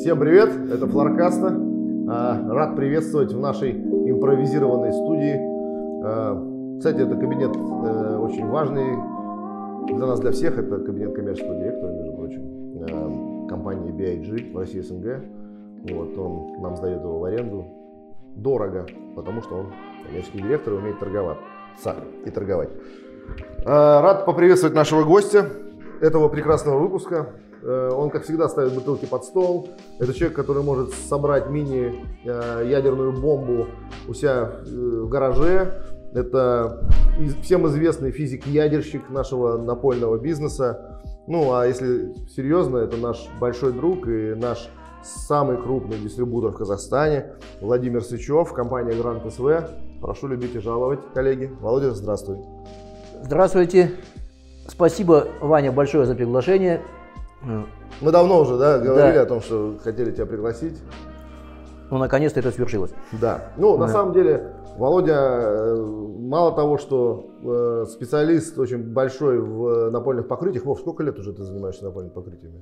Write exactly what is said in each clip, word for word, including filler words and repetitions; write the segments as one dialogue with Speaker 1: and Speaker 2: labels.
Speaker 1: Всем привет, это Флоркаста. Рад приветствовать в нашей импровизированной студии. Кстати, это кабинет очень важный для нас, для всех. Это кабинет коммерческого директора, между прочим, компании би ай джи в России СНГ. Вот, он нам сдает его в аренду дорого, потому что он коммерческий директор и умеет торговаться и торговать. Рад поприветствовать нашего гостя этого прекрасного выпуска. Он, как всегда, ставит бутылки под стол. Это человек, который может собрать мини-ядерную бомбу у себя в гараже. Это всем известный физик-ядерщик нашего напольного бизнеса. Ну, а если серьезно, это наш большой друг и наш самый крупный дистрибутор в Казахстане Владимир Сычев, компания Гранд эс вэ. Прошу любить и жаловать, коллеги. Володя, здравствуй.
Speaker 2: Здравствуйте. Спасибо, Ваня, большое за приглашение.
Speaker 1: Мы давно уже, да, говорили
Speaker 2: да.
Speaker 1: о том, что хотели тебя пригласить.
Speaker 2: Ну, наконец-то это свершилось.
Speaker 1: Да. Ну, на
Speaker 2: да.
Speaker 1: самом деле, Володя, мало того, что специалист очень большой в напольных покрытиях. Вов, сколько лет уже ты занимаешься напольными покрытиями?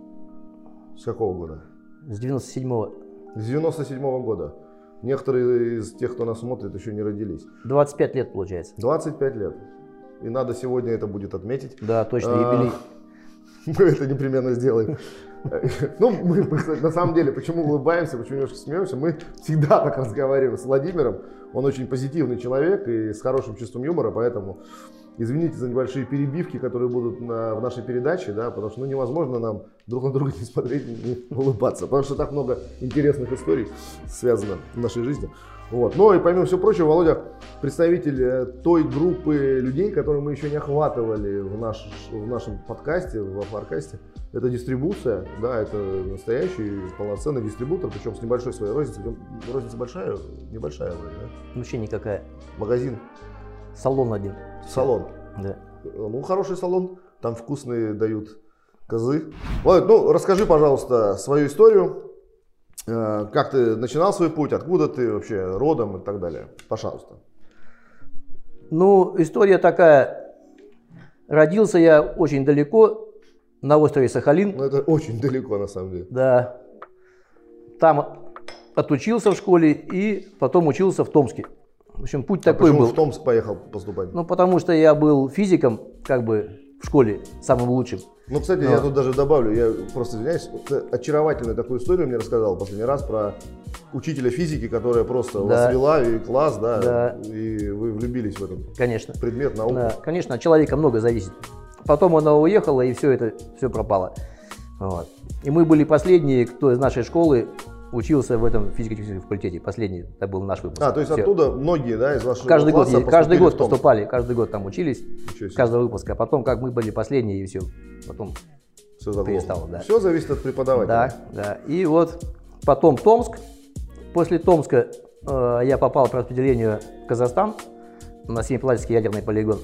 Speaker 1: С какого года?
Speaker 2: С девяносто седьмого.
Speaker 1: С девяносто седьмого года. Некоторые из тех, кто нас смотрит, еще не родились.
Speaker 2: двадцать пять лет, получается.
Speaker 1: двадцать пять лет. И надо сегодня это будет отметить.
Speaker 2: Да, точно, юбилей.
Speaker 1: Мы это непременно сделаем. Ну, мы, мы, на самом деле, почему улыбаемся, почему немножко смеемся, мы всегда так разговариваем с Владимиром. Он очень позитивный человек и с хорошим чувством юмора, поэтому извините за небольшие перебивки, которые будут на, в нашей передаче, да, потому что ну, невозможно нам друг на друга не смотреть, не улыбаться, потому что так много интересных историй связано в нашей жизни. Вот. Ну и помимо всего прочего, Володя представитель той группы людей, которые мы еще не охватывали в, наш, в нашем подкасте, в Флоркасте. Это дистрибуция, да, это настоящий полноценный дистрибутор, причем с небольшой своей розницей. Розница большая, небольшая вроде, да?
Speaker 2: Вообще никакая.
Speaker 1: Магазин.
Speaker 2: Салон один.
Speaker 1: Салон.
Speaker 2: Да.
Speaker 1: Ну, хороший салон, там вкусные дают козы. Володя, ну расскажи, пожалуйста, свою историю. Как ты начинал свой путь, откуда ты вообще родом и так далее. Пожалуйста.
Speaker 2: Ну, история такая. Родился я очень далеко, на острове Сахалин.
Speaker 1: Ну, это очень далеко, на самом деле.
Speaker 2: Да. Там отучился в школе и потом учился в Томске. В общем, путь
Speaker 1: а
Speaker 2: такой
Speaker 1: почему
Speaker 2: был.
Speaker 1: в Томск поехал поступать?
Speaker 2: Ну, потому что я был физиком, как бы, в школе, самым лучшим.
Speaker 1: Ну, кстати,
Speaker 2: Но.
Speaker 1: я тут даже добавлю, я просто извиняюсь, очаровательную такую историю мне рассказал последний раз про учителя физики, которая просто
Speaker 2: да.
Speaker 1: вас вела, и класс, да,
Speaker 2: да,
Speaker 1: и вы влюбились в этот
Speaker 2: конечно.
Speaker 1: предмет, науку.
Speaker 2: Да, конечно, от человека много зависит. Потом она уехала, и все это все пропало. Вот. И мы были последние, кто из нашей школы учился в этом физико-техническом факультете. Последний, это был наш выпуск.
Speaker 1: А, то есть
Speaker 2: все.
Speaker 1: оттуда многие, да, из вашего
Speaker 2: каждый
Speaker 1: класса
Speaker 2: год, каждый год
Speaker 1: в Томск.
Speaker 2: поступали, каждый год там учились, каждого выпуска. А потом, как мы были последние, и все, потом
Speaker 1: все
Speaker 2: перестало. Да.
Speaker 1: Все зависит от преподавателя.
Speaker 2: Да, да. И вот потом Томск. После Томска э, я попал по распределению в Казахстан на Семипалатинский ядерный полигон.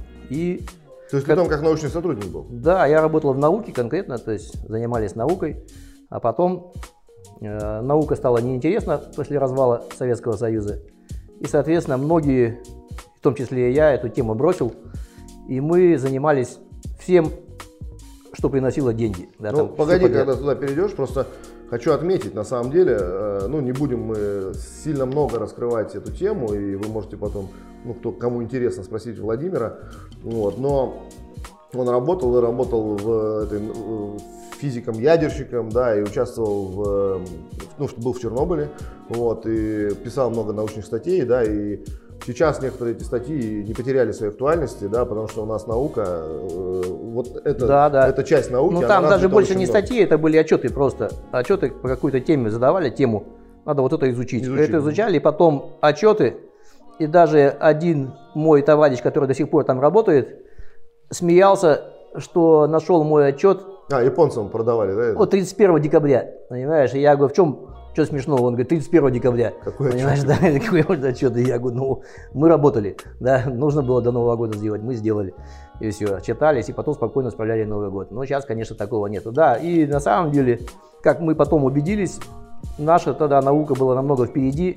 Speaker 2: И
Speaker 1: то есть
Speaker 2: как...
Speaker 1: ты там как научный сотрудник был?
Speaker 2: Да, я работал в науке конкретно, то есть занимались наукой. А потом э, наука стала неинтересна после развала Советского Союза. И, соответственно, многие, в том числе и я, эту тему бросил. И мы занимались всем, что приносило деньги. Да,
Speaker 1: ну,
Speaker 2: там
Speaker 1: погоди, когда туда перейдешь, просто хочу отметить, на самом деле, э, ну, не будем мы сильно много раскрывать эту тему, и вы можете потом, ну, кто, кому интересно, спросить Владимира, вот, но он работал и работал в этой, физиком-ядерщиком, да, и участвовал в, ну, был в Чернобыле, вот, и писал много научных статей, да, и сейчас некоторые эти статьи не потеряли своей актуальности, да, потому что у нас наука, э, вот это,
Speaker 2: да, да.
Speaker 1: эта часть науки.
Speaker 2: Ну там даже больше не статьи, это были отчеты просто. Отчеты по какой-то теме задавали тему, надо вот это изучить. изучить. Это изучали, и потом отчеты. И даже один мой товарищ, который до сих пор там работает, смеялся, что нашел мой отчет.
Speaker 1: А, японцам продавали, да?
Speaker 2: Вот тридцать первого декабря, понимаешь? И я говорю, в чем... Что смешного? Он говорит, тридцать первого декабря.
Speaker 1: Какой
Speaker 2: понимаешь,
Speaker 1: отчет?
Speaker 2: да, какой отчет? И я говорю, ну, мы работали, да, нужно было до Нового года сделать, мы сделали. И все, читались, и потом спокойно справляли Новый год. Но сейчас, конечно, такого нету. Да, и на самом деле, как мы потом убедились, наша тогда наука была намного впереди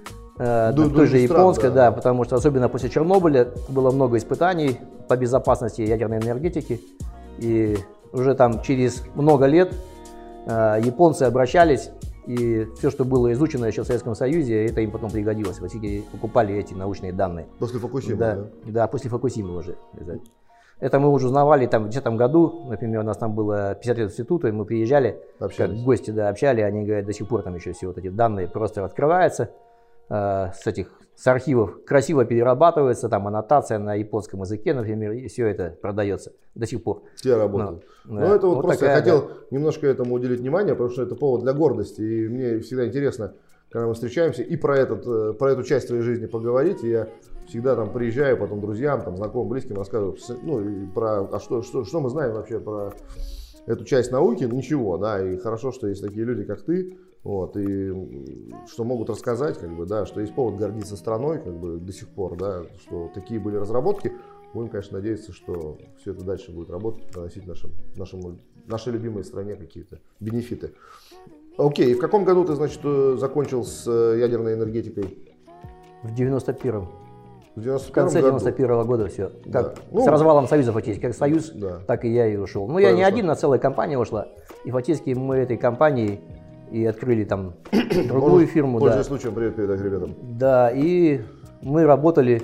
Speaker 2: э,
Speaker 1: Ду-
Speaker 2: той же японской,
Speaker 1: да.
Speaker 2: да, потому что особенно после Чернобыля было много испытаний по безопасности ядерной энергетики. И уже там через много лет японцы обращались, и все, что было изучено еще в Советском Союзе, это им потом пригодилось. Вот эти покупали эти научные данные.
Speaker 1: После Фукусимы,
Speaker 2: да?
Speaker 1: Да,
Speaker 2: да после Фукусимы уже. Это мы уже узнавали там, в десятом году, например, у нас там было пятьдесят лет института, и мы приезжали, общались. Как гости, да, общали, они говорят, до сих пор там еще все вот эти данные просто открываются, э, с этих, с архивов красиво перерабатывается, там аннотация на японском языке, например, и все это продается до сих пор.
Speaker 1: Все работают. Ну, да. это вот, вот просто такая, я хотел да. немножко этому уделить внимание, потому что это повод для гордости, и мне всегда интересно, когда мы встречаемся, и про, этот, про эту часть своей жизни поговорить, и я всегда там приезжаю, потом друзьям, там, знакомым, близким рассказываю, ну, и про, а что, что, что мы знаем вообще про эту часть науки? Ничего, да, и хорошо, что есть такие люди, как ты, вот, и что могут рассказать, как бы, да, что есть повод гордиться страной, как бы, до сих пор, да, что такие были разработки. Будем, конечно, надеяться, что все это дальше будет работать, приносить нашим, нашему, нашей любимой стране какие-то бенефиты. Окей, и в каком году ты, значит, закончил с ядерной энергетикой?
Speaker 2: В девяносто первом.
Speaker 1: В, в
Speaker 2: конце девяносто первого года все. Как, да. ну, с развалом Союза фактически. Как Союз, да. так и я и ушел. Ну, я не один, на целая компания ушла. И фактически мы этой компанией и открыли там другую Может, фирму.
Speaker 1: Пользуясь
Speaker 2: да.
Speaker 1: случаем, привет передать ребятам.
Speaker 2: Да, и мы работали,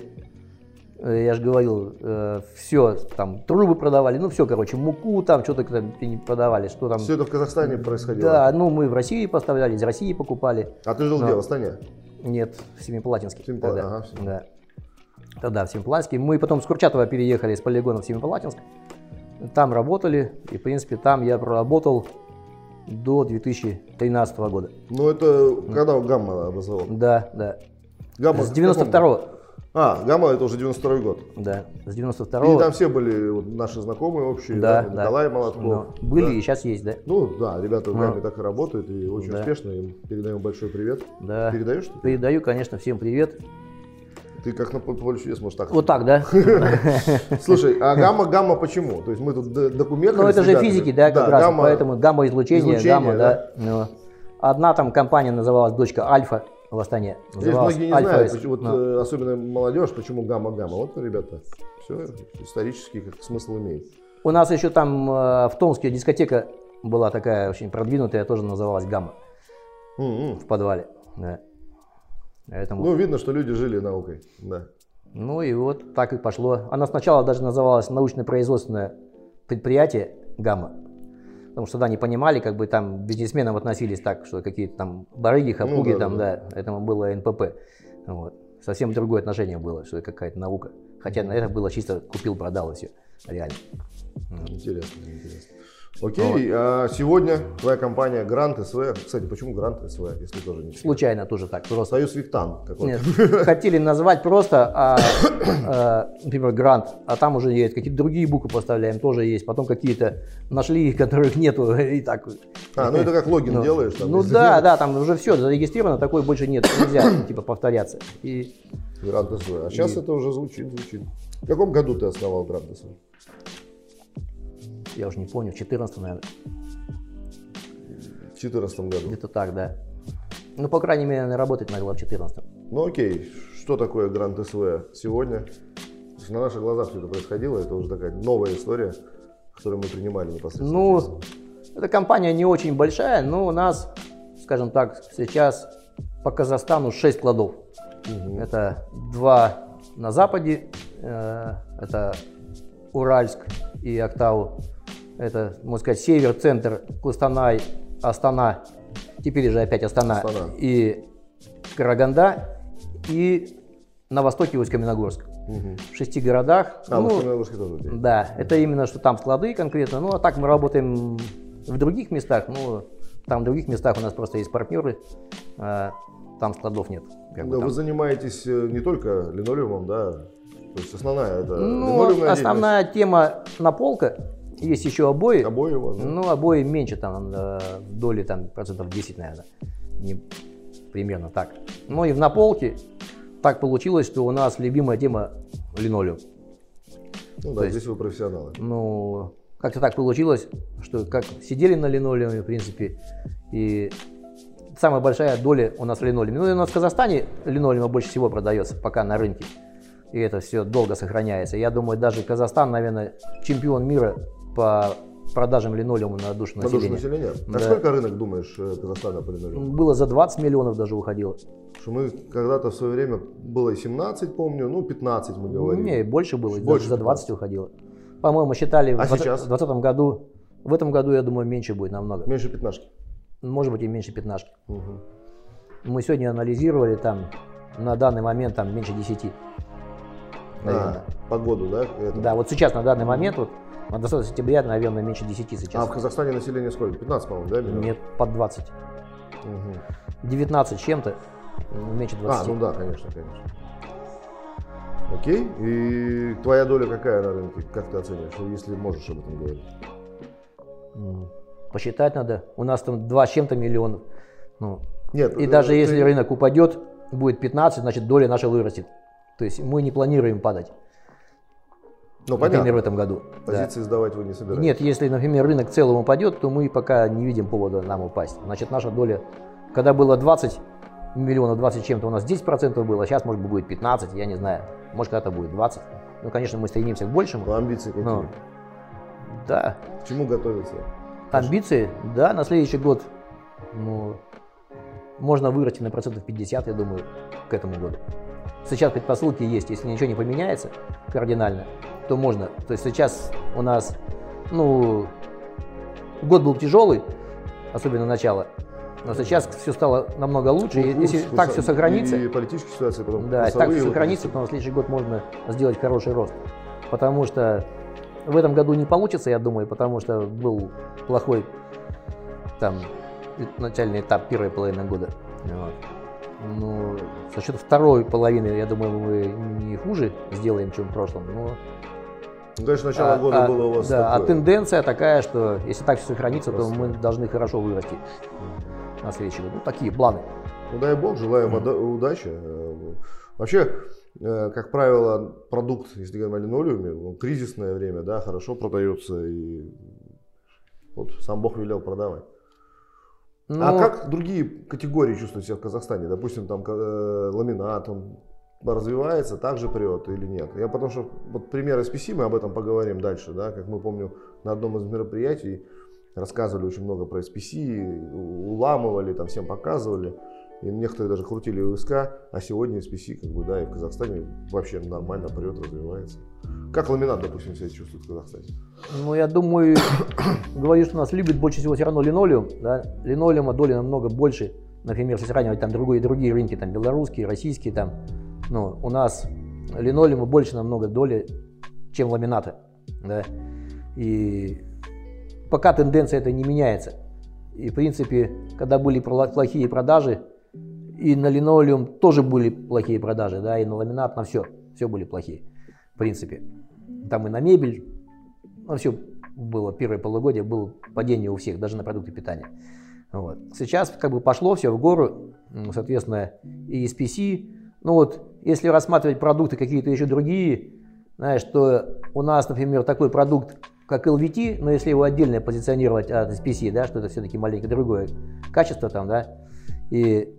Speaker 2: я же говорил, все, там, трубы продавали, ну все, короче, муку там, что-то там продавали. Что там.
Speaker 1: Все это в Казахстане происходило?
Speaker 2: Да, ну мы в России поставляли, из России покупали.
Speaker 1: А ты жил Но... где, в Астане?
Speaker 2: Нет, в Семипалатинске.
Speaker 1: Семипалатинск, ага,
Speaker 2: в да. Тогда в Семипалатинске. Мы потом с Курчатова переехали с полигона в Семипалатинск. Там работали, и, в принципе, там я проработал до две тысячи тринадцатого года.
Speaker 1: Ну, это когда Гамма образовалась?
Speaker 2: Да, да.
Speaker 1: Гамма
Speaker 2: с девяносто второго.
Speaker 1: А, Гамма это уже девяносто второй год.
Speaker 2: Да, с девяносто второго.
Speaker 1: И там все были вот, наши знакомые общие,
Speaker 2: да,
Speaker 1: да,
Speaker 2: да.
Speaker 1: Николай Молотков.
Speaker 2: Ну, были
Speaker 1: да.
Speaker 2: и сейчас есть, да.
Speaker 1: Ну, да, ребята в
Speaker 2: ну.
Speaker 1: Гамме так и работают, и очень
Speaker 2: да.
Speaker 1: успешно. Им передаем большой привет.
Speaker 2: Да.
Speaker 1: Передаешь? Что-то?
Speaker 2: Передаю, конечно, всем привет.
Speaker 1: Ты как на поле чудес, может так?
Speaker 2: Вот так, да.
Speaker 1: Слушай, а гамма-гамма почему? То есть мы тут документы.
Speaker 2: Ну это же физики, да, как раз, поэтому гамма-излучение, гамма, да. Одна там компания называлась дочка Альфа в Астане.
Speaker 1: Здесь многие не знают, вот особенно молодежь, почему гамма-гамма. Вот, ребята, все исторически как смысл имеет.
Speaker 2: У нас еще там в Томске дискотека была такая очень продвинутая, тоже называлась гамма. В подвале, да. Поэтому...
Speaker 1: Ну, видно, что люди жили наукой, да.
Speaker 2: Ну и вот так и пошло. Она сначала даже называлась научно-производственное предприятие «Гамма». Потому что тогда не понимали, как бы там бизнесменам относились так, что какие-то там барыги, хапуги, ну, да, там, да, да. да. Этому было эн пэ пэ. Вот. Совсем другое отношение было, что это какая-то наука. Хотя на это было чисто купил-продал и все. Реально.
Speaker 1: Интересно, интересно. Окей, вот. А сегодня твоя компания Грант эс вэ. Кстати, почему Грант эс вэ, если тоже не
Speaker 2: случайно тоже так. Просто.
Speaker 1: Союз Виктан.
Speaker 2: Нет, хотели назвать просто, а, а, например, Грант, а там уже есть какие-то другие буквы поставляем, тоже есть. Потом какие-то нашли, которых нету и так.
Speaker 1: А, ну это как логин ну, делаешь? Там,
Speaker 2: ну да, да, там уже все зарегистрировано, такой больше нет, нельзя типа повторяться. И...
Speaker 1: Грант эс вэ. А сейчас и... это уже звучит, звучит. В каком году ты основал Грант эс вэ?
Speaker 2: Я уже не помню, в четырнадцатом, наверное.
Speaker 1: В четырнадцатом году?
Speaker 2: Где-то так, да. Ну, по крайней мере, работать начала в четырнадцатом.
Speaker 1: Ну, окей. Что такое Грант эс вэ сегодня? На наших глазах все это происходило, это уже такая новая история, которую мы принимали непосредственно.
Speaker 2: Ну, эта компания не очень большая, но у нас, скажем так, сейчас по Казахстану шесть складов. Угу. Это два на западе, э, это Уральск и Актау. Это, можно сказать, север, центр, Кустанай, Астана, теперь же опять Астана, Астана. И Караганда, и на востоке Усть-Каменогорск. Угу. В шести городах.
Speaker 1: А,
Speaker 2: ну,
Speaker 1: Усть-Каменогорске тоже.
Speaker 2: Да, это именно, что там склады конкретно. Ну, а так мы работаем в других местах. Ну, там в других местах у нас просто есть партнеры, а там складов нет.
Speaker 1: Как да, вы занимаетесь не только линолеумом, да? То есть основная это
Speaker 2: ну, основная тема наполка. Есть еще обои.
Speaker 1: Обои у вас, да?
Speaker 2: Ну, обои меньше, там, в доли там, процентов десять, наверное. Не, примерно так. Ну и в наполке так получилось, что у нас любимая тема линолеум.
Speaker 1: Ну да, То здесь есть, вы профессионалы.
Speaker 2: Ну, как-то так получилось, что как сидели на линолеуме, в принципе, и самая большая доля у нас в линолеуме. Ну, и у нас в Казахстане линолеума больше всего продается пока на рынке. И это все долго сохраняется. Я думаю, даже Казахстан, наверное, чемпион мира по продажам линолеума на душу
Speaker 1: на
Speaker 2: населения.
Speaker 1: Душу населения? А
Speaker 2: да.
Speaker 1: сколько рынок, думаешь, Казахстана по линолеуму?
Speaker 2: Было за двадцать миллионов даже уходило.
Speaker 1: Что мы когда-то в свое время было семнадцать, помню, ну пятнадцать мы говорили.
Speaker 2: Не, больше было,
Speaker 1: больше
Speaker 2: даже за двадцать уходило. По-моему, считали
Speaker 1: а
Speaker 2: в
Speaker 1: сейчас?
Speaker 2: двадцатом году. В этом году, я думаю, меньше будет намного.
Speaker 1: Меньше пятнашки?
Speaker 2: Может быть, и меньше пятнашки.
Speaker 1: Угу.
Speaker 2: Мы сегодня анализировали, там на данный момент там меньше десяти.
Speaker 1: А, по году, да? Это?
Speaker 2: Да, вот сейчас на данный момент, вот на двадцатое сентября, наверное, меньше десяти сейчас.
Speaker 1: А в Казахстане население сколько? пятнадцать, по-моему, да? Миллионов?
Speaker 2: Нет, под двадцать.
Speaker 1: Угу.
Speaker 2: девятнадцать чем-то, меньше двадцати.
Speaker 1: А, ну да, конечно, конечно. Окей. И твоя доля какая на рынке? Как ты оцениваешь, если можешь об этом говорить?
Speaker 2: Посчитать надо. У нас там два с чем-то миллионов. Ну,
Speaker 1: Нет.
Speaker 2: И даже
Speaker 1: ты...
Speaker 2: если рынок упадет, будет пятнадцать, значит доля наша вырастет. То есть мы не планируем падать.
Speaker 1: Ну,
Speaker 2: например,
Speaker 1: понятно.
Speaker 2: в этом году.
Speaker 1: Позиции
Speaker 2: да.
Speaker 1: сдавать вы не собираетесь?
Speaker 2: Нет, если, например, рынок в целом упадет, то мы пока не видим повода нам упасть. Значит, наша доля, когда было двадцать миллионов, двадцать чем-то, у нас десять процентов было, а сейчас, может быть, будет пятнадцать, я не знаю. Может, когда-то будет двадцать. Ну, конечно, мы стремимся к большему.
Speaker 1: Ну, амбиции какие?
Speaker 2: Но, да.
Speaker 1: К чему готовиться?
Speaker 2: Амбиции, да, на следующий год, ну, можно вырасти на процентов пятьдесят, я думаю, к этому году. Сейчас предпосылки есть, если ничего не поменяется кардинально, то можно. То есть сейчас у нас, ну, год был тяжелый, особенно начало, но сейчас все стало намного лучше.
Speaker 1: Ну,
Speaker 2: если
Speaker 1: курс,
Speaker 2: так все сохранится,
Speaker 1: и политическая ситуация, потом
Speaker 2: да, так все
Speaker 1: вот
Speaker 2: сохранится, то на следующий год можно сделать хороший рост. Потому что в этом году не получится, я думаю, потому что был плохой там начальный этап, первой половины года. Вот. Ну, за счет второй половины, я думаю, мы не хуже сделаем, чем в прошлом. Но...
Speaker 1: Ну, конечно, начало
Speaker 2: а,
Speaker 1: года
Speaker 2: а,
Speaker 1: было у вас
Speaker 2: да,
Speaker 1: такое.
Speaker 2: А тенденция такая, что если так все сохранится,
Speaker 1: Просто.
Speaker 2: то мы должны хорошо вырасти mm-hmm. на следующий год. Ну, такие планы.
Speaker 1: Ну, дай бог, желаем mm-hmm. удачи. Вообще, как правило, продукт, если говорим о линолеуме, ну, кризисное время, да, хорошо продается, и вот сам Бог велел продавать. Ну, а как другие категории чувствуют себя в Казахстане? Допустим, там э, ламинат, он развивается, также прет или нет? Я потому что, вот пример эс пи си, мы об этом поговорим дальше, да, как мы помню, на одном из мероприятий рассказывали очень много про эс пи си, уламывали, там всем показывали. И некоторые даже крутили ю эс ка, а сегодня эс пи си, как бы, да, и в Казахстане вообще нормально прет, развивается. Как ламинат, допустим, себя чувствует в Казахстане?
Speaker 2: Ну, я думаю, говорю, что нас любит больше всего все равно линолеум, да, линолеума доля намного больше, например, если сравнивать там другие, другие рынки, там белорусские, российские, там, ну, у нас линолеума больше намного доли, чем ламината, да, и пока тенденция эта не меняется, и в принципе, когда были плохие продажи, и на линолеум тоже были плохие продажи, да, и на ламинат, на все, все были плохие, в принципе. Там и на мебель, на все было, первое полугодие было падение у всех, даже на продукты питания. Вот. Сейчас как бы пошло все в гору, соответственно, и эс пи си. Ну вот, если рассматривать продукты какие-то еще другие, знаешь, что у нас, например, такой продукт, как эл ви ти, но если его отдельно позиционировать от эс пи си, да, что это все-таки маленько другое качество там, да, и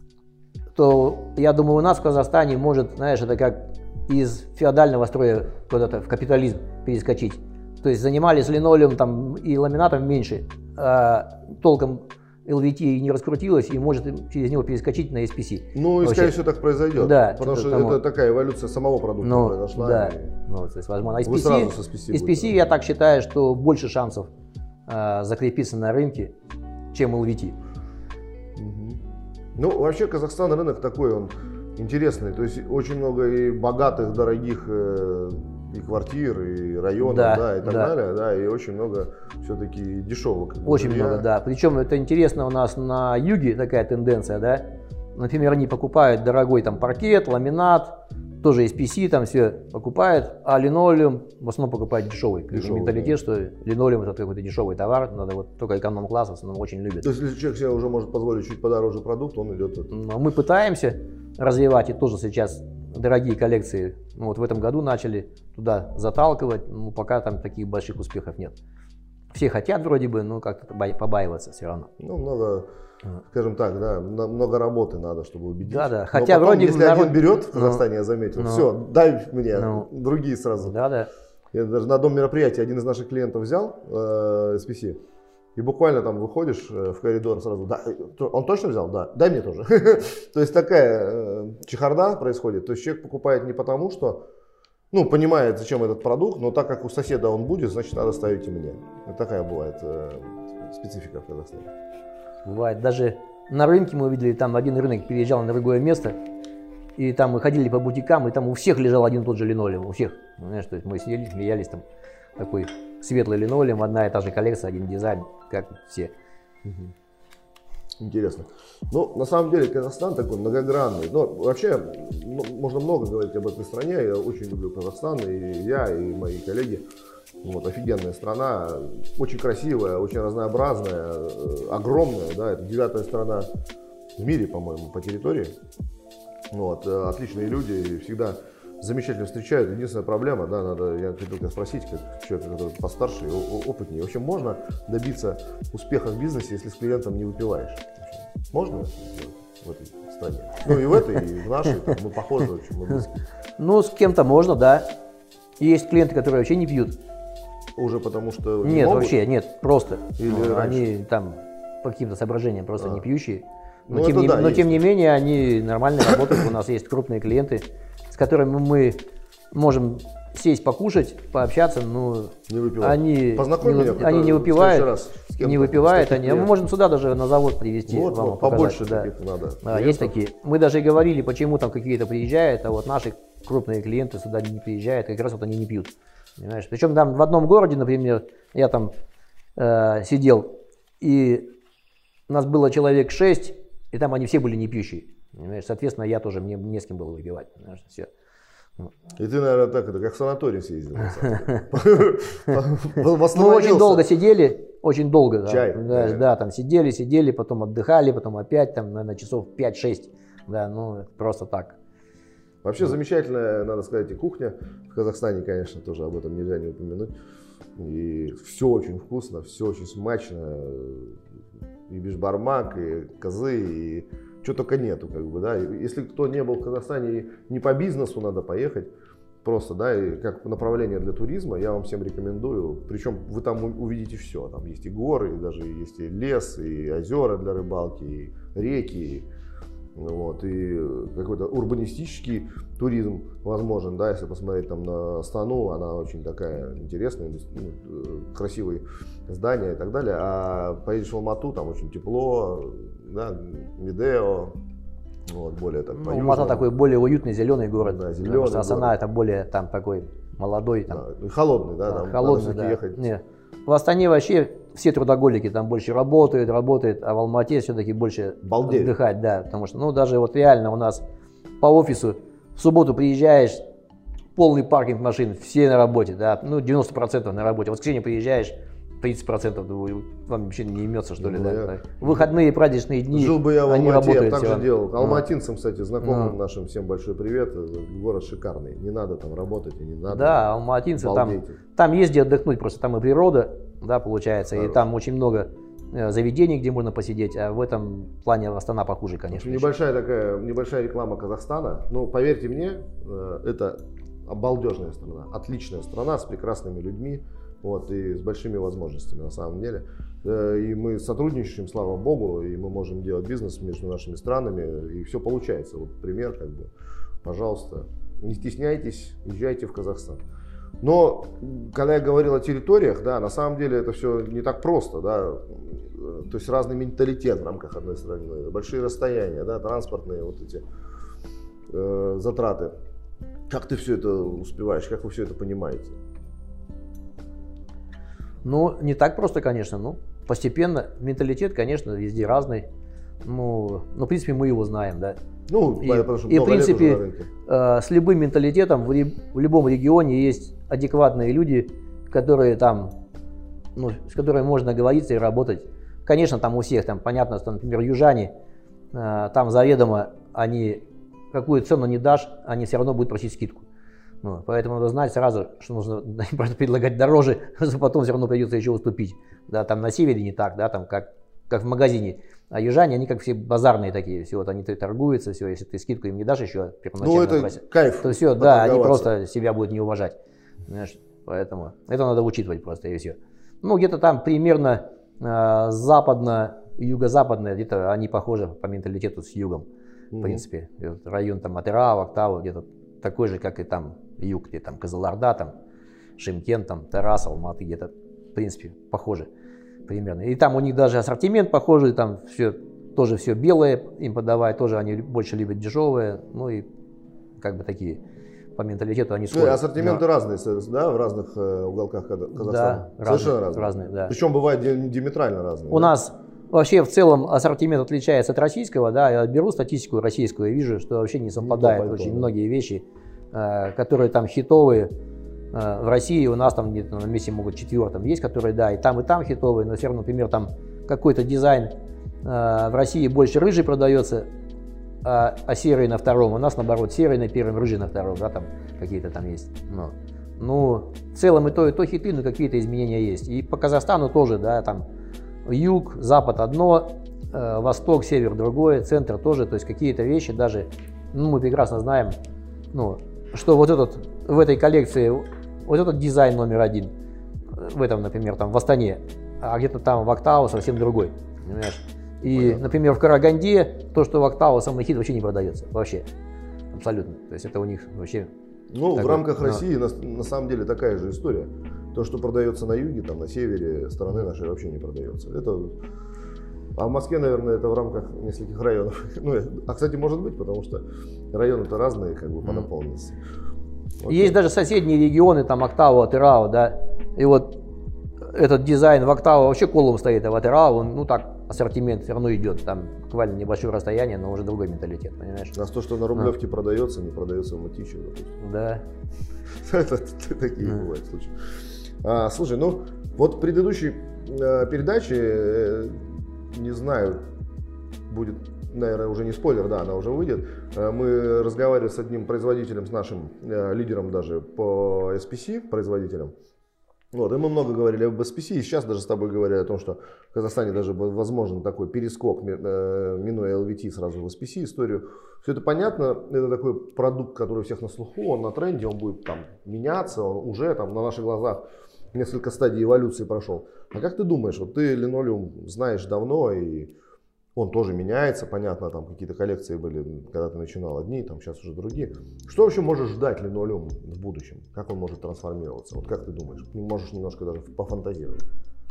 Speaker 2: то, я думаю, у нас в Казахстане может, знаешь, это как из феодального строя куда-то в капитализм перескочить. То есть занимались линолеум там, и ламинатом меньше, а толком эл ви ти не раскрутилось и может через него перескочить на эс пи си.
Speaker 1: Ну и, скорее всего, так произойдет.
Speaker 2: Да,
Speaker 1: потому что
Speaker 2: тому...
Speaker 1: это такая эволюция самого продукта ну, произошла.
Speaker 2: Да,
Speaker 1: и...
Speaker 2: ну, то есть, возможно, эс пи си,
Speaker 1: сразу с эс пи си
Speaker 2: эс пи си я так считаю, что больше шансов а, закрепиться на рынке, чем эл ви ти.
Speaker 1: Угу. Ну, вообще, Казахстан рынок такой, он интересный. То есть очень много и богатых, дорогих э, и квартир, и районов, да, да, и так
Speaker 2: да.
Speaker 1: далее, да, и очень много все-таки дешевых.
Speaker 2: Очень
Speaker 1: жилья.
Speaker 2: много, да. Причем это интересно, у нас на юге такая тенденция, да. Например, они покупают дорогой там паркет, ламинат, тоже эс пи си там все покупают, а линолеум в основном покупают дешевый.
Speaker 1: Дешевый,
Speaker 2: менталитет,
Speaker 1: да.
Speaker 2: что линолеум это какой-то дешевый товар, надо вот только эконом-класс, но очень любят.
Speaker 1: То есть, если человек себе уже может позволить чуть подороже продукт, он идет. Это.
Speaker 2: Мы пытаемся развивать, и тоже сейчас дорогие коллекции, ну, вот в этом году начали туда заталкивать, ну, пока там таких больших успехов нет. Все хотят вроде бы, но как-то побаиваться все равно.
Speaker 1: Ну, много, скажем так, да, много работы надо, чтобы убедить.
Speaker 2: Да, да.
Speaker 1: Но
Speaker 2: Хотя
Speaker 1: потом,
Speaker 2: вроде
Speaker 1: если
Speaker 2: народ...
Speaker 1: один берет в
Speaker 2: ну,
Speaker 1: Казахстане, я заметил,
Speaker 2: ну,
Speaker 1: все, дай мне,
Speaker 2: ну,
Speaker 1: другие сразу.
Speaker 2: Да, да.
Speaker 1: Я даже на одном мероприятии один из наших клиентов взял э, эс пи си, и буквально там выходишь в коридор сразу, да, он точно взял? Да, дай мне тоже. То есть такая чехарда происходит. То есть человек покупает не потому, что, ну, понимает, зачем этот продукт, но так как у соседа он будет, значит, надо ставить и мне. Вот такая бывает специфика в Казахстане.
Speaker 2: Бывает. Даже на рынке мы увидели, там один рынок переезжал на другое место, и там мы ходили по бутикам, и там у всех лежал один и тот же линолеум, у всех. Знаешь, то есть мы сидели, смеялись, там такой светлый линолеум, одна и та же коллекция, один дизайн, как все.
Speaker 1: Интересно. Ну, на самом деле, Казахстан такой многогранный. Но вообще, ну, можно много говорить об этой стране. Я очень люблю Казахстан, и я, и мои коллеги. Вот, офигенная страна, очень красивая, очень разнообразная, огромная. Да, это девятая страна в мире, по-моему, по территории. Вот, отличные люди, всегда замечательно встречают. Единственная проблема, да, надо, я хотел тебя спросить, как человек, который постарше и опытнее, вообще можно добиться успеха в бизнесе, если с клиентом не выпиваешь? Можно в этой стране? Ну и в этой, и в нашей, там, мы похожи очень, мы близки.
Speaker 2: Ну, с кем-то можно, да. Есть клиенты, которые вообще не пьют.
Speaker 1: Уже потому что
Speaker 2: не Нет,
Speaker 1: могут?
Speaker 2: Вообще, нет, просто.
Speaker 1: Или
Speaker 2: ну, они там по каким-то соображениям просто а. не пьющие. Но,
Speaker 1: ну,
Speaker 2: тем не,
Speaker 1: да,
Speaker 2: но тем не менее, они нормально работают. У нас есть крупные клиенты, с которыми мы можем сесть покушать, пообщаться, но
Speaker 1: не
Speaker 2: они,
Speaker 1: Познакомь
Speaker 2: не,
Speaker 1: меня,
Speaker 2: они не выпивают,
Speaker 1: раз,
Speaker 2: не выпивают они. А мы можем сюда даже на завод привезти.
Speaker 1: Вот,
Speaker 2: вам
Speaker 1: вот побольше
Speaker 2: да.
Speaker 1: таких надо.
Speaker 2: А, есть такие. Мы даже и говорили, почему там какие-то приезжают, а вот наши крупные клиенты сюда не приезжают, как раз вот они не пьют. Понимаешь? Причем там в одном городе, например, я там э, сидел, и у нас было человек шесть, и там они все были не пьющие. Понимаешь? Соответственно, я тоже, мне не с кем было выпивать. Понимаешь? Все.
Speaker 1: И ты, наверное, так, это как в санаторий съездил.
Speaker 2: Мы очень долго сидели, очень долго.
Speaker 1: Чай.
Speaker 2: Да, там сидели, сидели, потом отдыхали, потом опять, там, наверное, часов пять-шесть. Да, ну, просто так.
Speaker 1: Вообще замечательная, надо сказать, и кухня в Казахстане, конечно, тоже об этом нельзя не упомянуть. И все очень вкусно, все очень смачно. И бишбармак, и козы, и чего только нету, как бы, да. Если кто не был в Казахстане, не по бизнесу надо поехать, просто, да, и как направление для туризма, я вам всем рекомендую. Причем вы там увидите все. Там есть и горы, и даже есть и лес, и озера для рыбалки, и реки. Вот, и какой-то урбанистический туризм возможен, да, если посмотреть там на Астану, она очень такая интересная, ну, красивые здания и так далее, а поедешь в Алмату, там очень тепло, да, Медео, вот, более так,
Speaker 2: ну, Алмата такой более уютный зеленый город,
Speaker 1: да, зеленый
Speaker 2: потому что Астана город. Это более там такой молодой, там,
Speaker 1: да, холодный, да,
Speaker 2: да
Speaker 1: там
Speaker 2: холодный, да. Ехать. Нет. В Астане вообще все трудоголики там больше работают, работают, а в Алмате все-таки больше
Speaker 1: Балдеют.
Speaker 2: Отдыхать, да, потому что, ну, даже вот реально у нас по офису в субботу приезжаешь, полный паркинг машин, все на работе, да, ну, девяносто процентов на работе, в воскресенье приезжаешь, тридцать процентов вам вообще не имется, что ли, ну, да? Я... В выходные, праздничные дни,
Speaker 1: жил бы я в
Speaker 2: они
Speaker 1: Алмате,
Speaker 2: работают.
Speaker 1: Я так
Speaker 2: все.
Speaker 1: же делал. Алматинцам, кстати, знакомым
Speaker 2: ну.
Speaker 1: нашим, всем большой привет. Город шикарный. Не надо там работать, и не надо.
Speaker 2: Да, алматинцы, там, там есть где отдохнуть, просто там и природа, да, получается, Хорошо. И там очень много заведений, где можно посидеть, а в этом плане Астана похуже, конечно.
Speaker 1: Небольшая такая, небольшая реклама Казахстана. Ну, поверьте мне, это обалдежная страна, отличная страна с прекрасными людьми. Вот, и с большими возможностями на самом деле. И мы сотрудничаем, слава богу, и мы можем делать бизнес между нашими странами, и все получается. Вот пример, как бы, пожалуйста, не стесняйтесь, езжайте в Казахстан. Но, когда я говорил о территориях, да, на самом деле это все не так просто, да. То есть разный менталитет в рамках одной страны, большие расстояния, да, транспортные вот эти э, затраты. Как ты все это успеваешь, как вы все это понимаете?
Speaker 2: Ну, не так просто, конечно, ну, постепенно. Менталитет, конечно, везде разный. Ну, ну в принципе, мы его знаем, да.
Speaker 1: Ну,
Speaker 2: и,
Speaker 1: потому что
Speaker 2: и в принципе,
Speaker 1: лет уже на рынке.
Speaker 2: Э, с любым менталитетом в, в любом регионе есть адекватные люди, которые там, ну, с которыми можно договориться и работать. Конечно, там у всех, там понятно, что, например, южане, э, там заведомо они какую цену не дашь, они все равно будут просить скидку. Ну, поэтому надо знать сразу, что нужно предлагать дороже, потом все равно придется еще уступить. Да, там на севере не так, да, там как, как в магазине. А южане, они как все базарные такие, все, вот они торгуются, все, если ты скидку им не дашь еще первоначально,
Speaker 1: ну, это
Speaker 2: просят,
Speaker 1: кайф,
Speaker 2: то все, да, они просто себя будут не уважать. Знаешь. Поэтому это надо учитывать просто и все. Ну, где-то там примерно э, западно, юго-западно, где-то они похожи по менталитету с югом. Mm-hmm. В принципе, район там Атырау, Актау, где-то такой же, как и там юг, где там Кызылорда, там Шымкент, там Тарас, Алматы, где-то, в принципе, похожи примерно. И там у них даже ассортимент похожий, там все, тоже все белое им подавать, тоже они больше любят дешевое, ну и как бы такие по менталитету они схожи.
Speaker 1: Ну, ассортименты да. разные, да, в разных э, уголках Казахстана?
Speaker 2: Да,
Speaker 1: совершенно
Speaker 2: разные.
Speaker 1: разные.
Speaker 2: разные да.
Speaker 1: Причем бывает диаметрально разные.
Speaker 2: У
Speaker 1: да?
Speaker 2: нас вообще в целом ассортимент отличается от российского, да, я беру статистику российскую и вижу, что вообще не совпадают не очень да. многие вещи, э, которые там хитовые. Э, в России у нас там где-то на месте могут четвертом есть, которые, да, и там, и там хитовые, но все равно, например, там какой-то дизайн э, в России больше рыжий продается, а, а серый на втором. У нас, наоборот, серый на первом, рыжий на втором, да, там какие-то там есть. Но, ну, в целом и то, и то хиты, но какие-то изменения есть. И по Казахстану тоже, да, там юг, запад одно, э, восток, север другое, центр тоже, то есть какие-то вещи даже, ну, мы прекрасно знаем, ну, что вот этот, в этой коллекции, вот этот дизайн номер один, в этом, например, там в Астане, а где-то там в Актау совсем другой, понимаешь? И, Понятно. Например, в Караганде то, что в Актау самый хит, вообще не продается, вообще, абсолютно, то есть это у них вообще...
Speaker 1: Ну,
Speaker 2: такой,
Speaker 1: в рамках
Speaker 2: но...
Speaker 1: России на, на самом деле такая же история. То, что продается на юге, там, на севере страны нашей вообще не продается. Это... А в Москве, наверное, это в рамках нескольких районов. Ну, а, кстати, может быть, потому что районы-то разные, как бы, по наполненности. Вот
Speaker 2: есть так. Даже соседние регионы, там, Актау, Атырау, да, и вот этот дизайн в Актау вообще колом стоит, а в Атырау, он, ну, так, ассортимент все равно идет, там, буквально небольшое расстояние, но уже другой менталитет, понимаешь?
Speaker 1: А то, что на Рублевке а. продается, не продается в Матичево, допустим.
Speaker 2: Да.
Speaker 1: Это такие бывают случаи. А, слушай, ну вот в предыдущей э, передаче, э, не знаю, будет, наверное, уже не спойлер, да, она уже выйдет. Э, мы разговаривали с одним производителем, с нашим э, лидером даже по эс пи си, производителем. Вот, и мы много говорили об эс пи си, и сейчас даже с тобой говорили о том, что в Казахстане даже возможен такой перескок, э, минуя эл ви ти сразу в эс пи си историю. Все это понятно, это такой продукт, который у всех на слуху, он на тренде, он будет там меняться, он уже там на наших глазах несколько стадий эволюции прошел. А как ты думаешь, вот ты линолеум знаешь давно, и он тоже меняется, понятно, там какие-то коллекции были, когда ты начинал одни, там сейчас уже другие. Что вообще можешь ждать линолеум в будущем? Как он может трансформироваться? Вот как ты думаешь? Можешь немножко даже пофантазировать.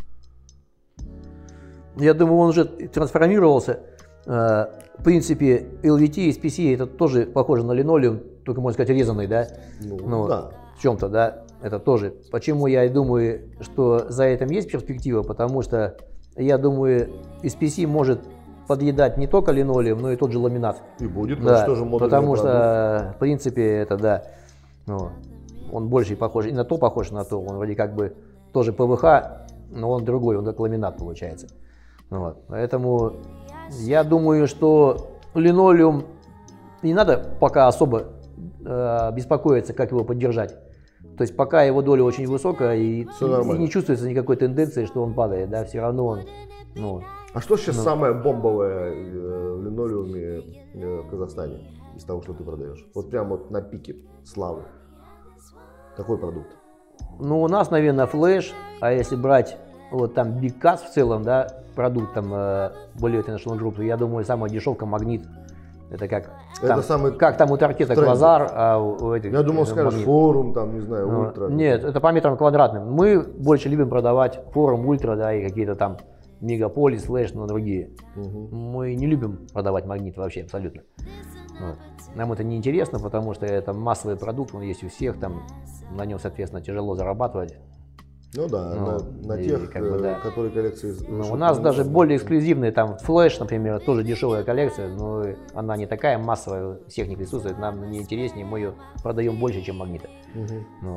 Speaker 2: Я думаю, он уже трансформировался. В принципе, эл ви ти и эс пи си это тоже похоже на линолеум, только, можно сказать, резанный, да?
Speaker 1: Ну,
Speaker 2: ну
Speaker 1: да.
Speaker 2: В чем-то, да? Это тоже. Почему я думаю, что за этим есть перспектива? Потому что, я думаю, эс пи си может подъедать не только линолеум, но и тот же ламинат.
Speaker 1: И будет,
Speaker 2: да,
Speaker 1: что же
Speaker 2: потому что, в принципе, это, да, ну, он больше похож, и на то похож, на то. Он вроде как бы тоже пэ вэ ха, но он другой, он как ламинат получается. Вот. Поэтому я думаю, что линолеум не надо пока особо э, беспокоиться, как его поддержать. То есть пока его доля очень высокая и, и не чувствуется никакой тенденции, что он падает, да, все равно он, ну.
Speaker 1: А что сейчас
Speaker 2: ну.
Speaker 1: самое бомбовое э, в линолеуме э, в Казахстане из того, что ты продаешь? Вот прям вот на пике славы. Какой продукт?
Speaker 2: Ну, у нас, наверное, флэш, а если брать вот там Big Cats в целом, да, продукт там э, более International Group, я думаю, самая дешевка Магнит. Это как,
Speaker 1: это
Speaker 2: там,
Speaker 1: самый
Speaker 2: как там у Таркета Квазар, а у, у этих...
Speaker 1: Я думал, скажешь Магнит. Форум, там, не знаю,
Speaker 2: ну,
Speaker 1: Ультра.
Speaker 2: Нет, это по метрам квадратным. Мы больше любим продавать Форум, Ультра, да, и какие-то там Мегаполис, Флэш, но другие. Угу. Мы не любим продавать Магнит вообще абсолютно. Вот. Нам это не интересно, потому что это массовый продукт, он есть у всех, там на нем, соответственно, тяжело зарабатывать.
Speaker 1: Ну да, ну, на, на тех, как бы, да. которые коллекции...
Speaker 2: Ну, у нас даже более эксклюзивные, там Флэш, например, тоже дешевая коллекция, но она не такая массовая, всех не присутствует, нам не интереснее, мы ее продаем больше, чем Магнита. Угу. Ну.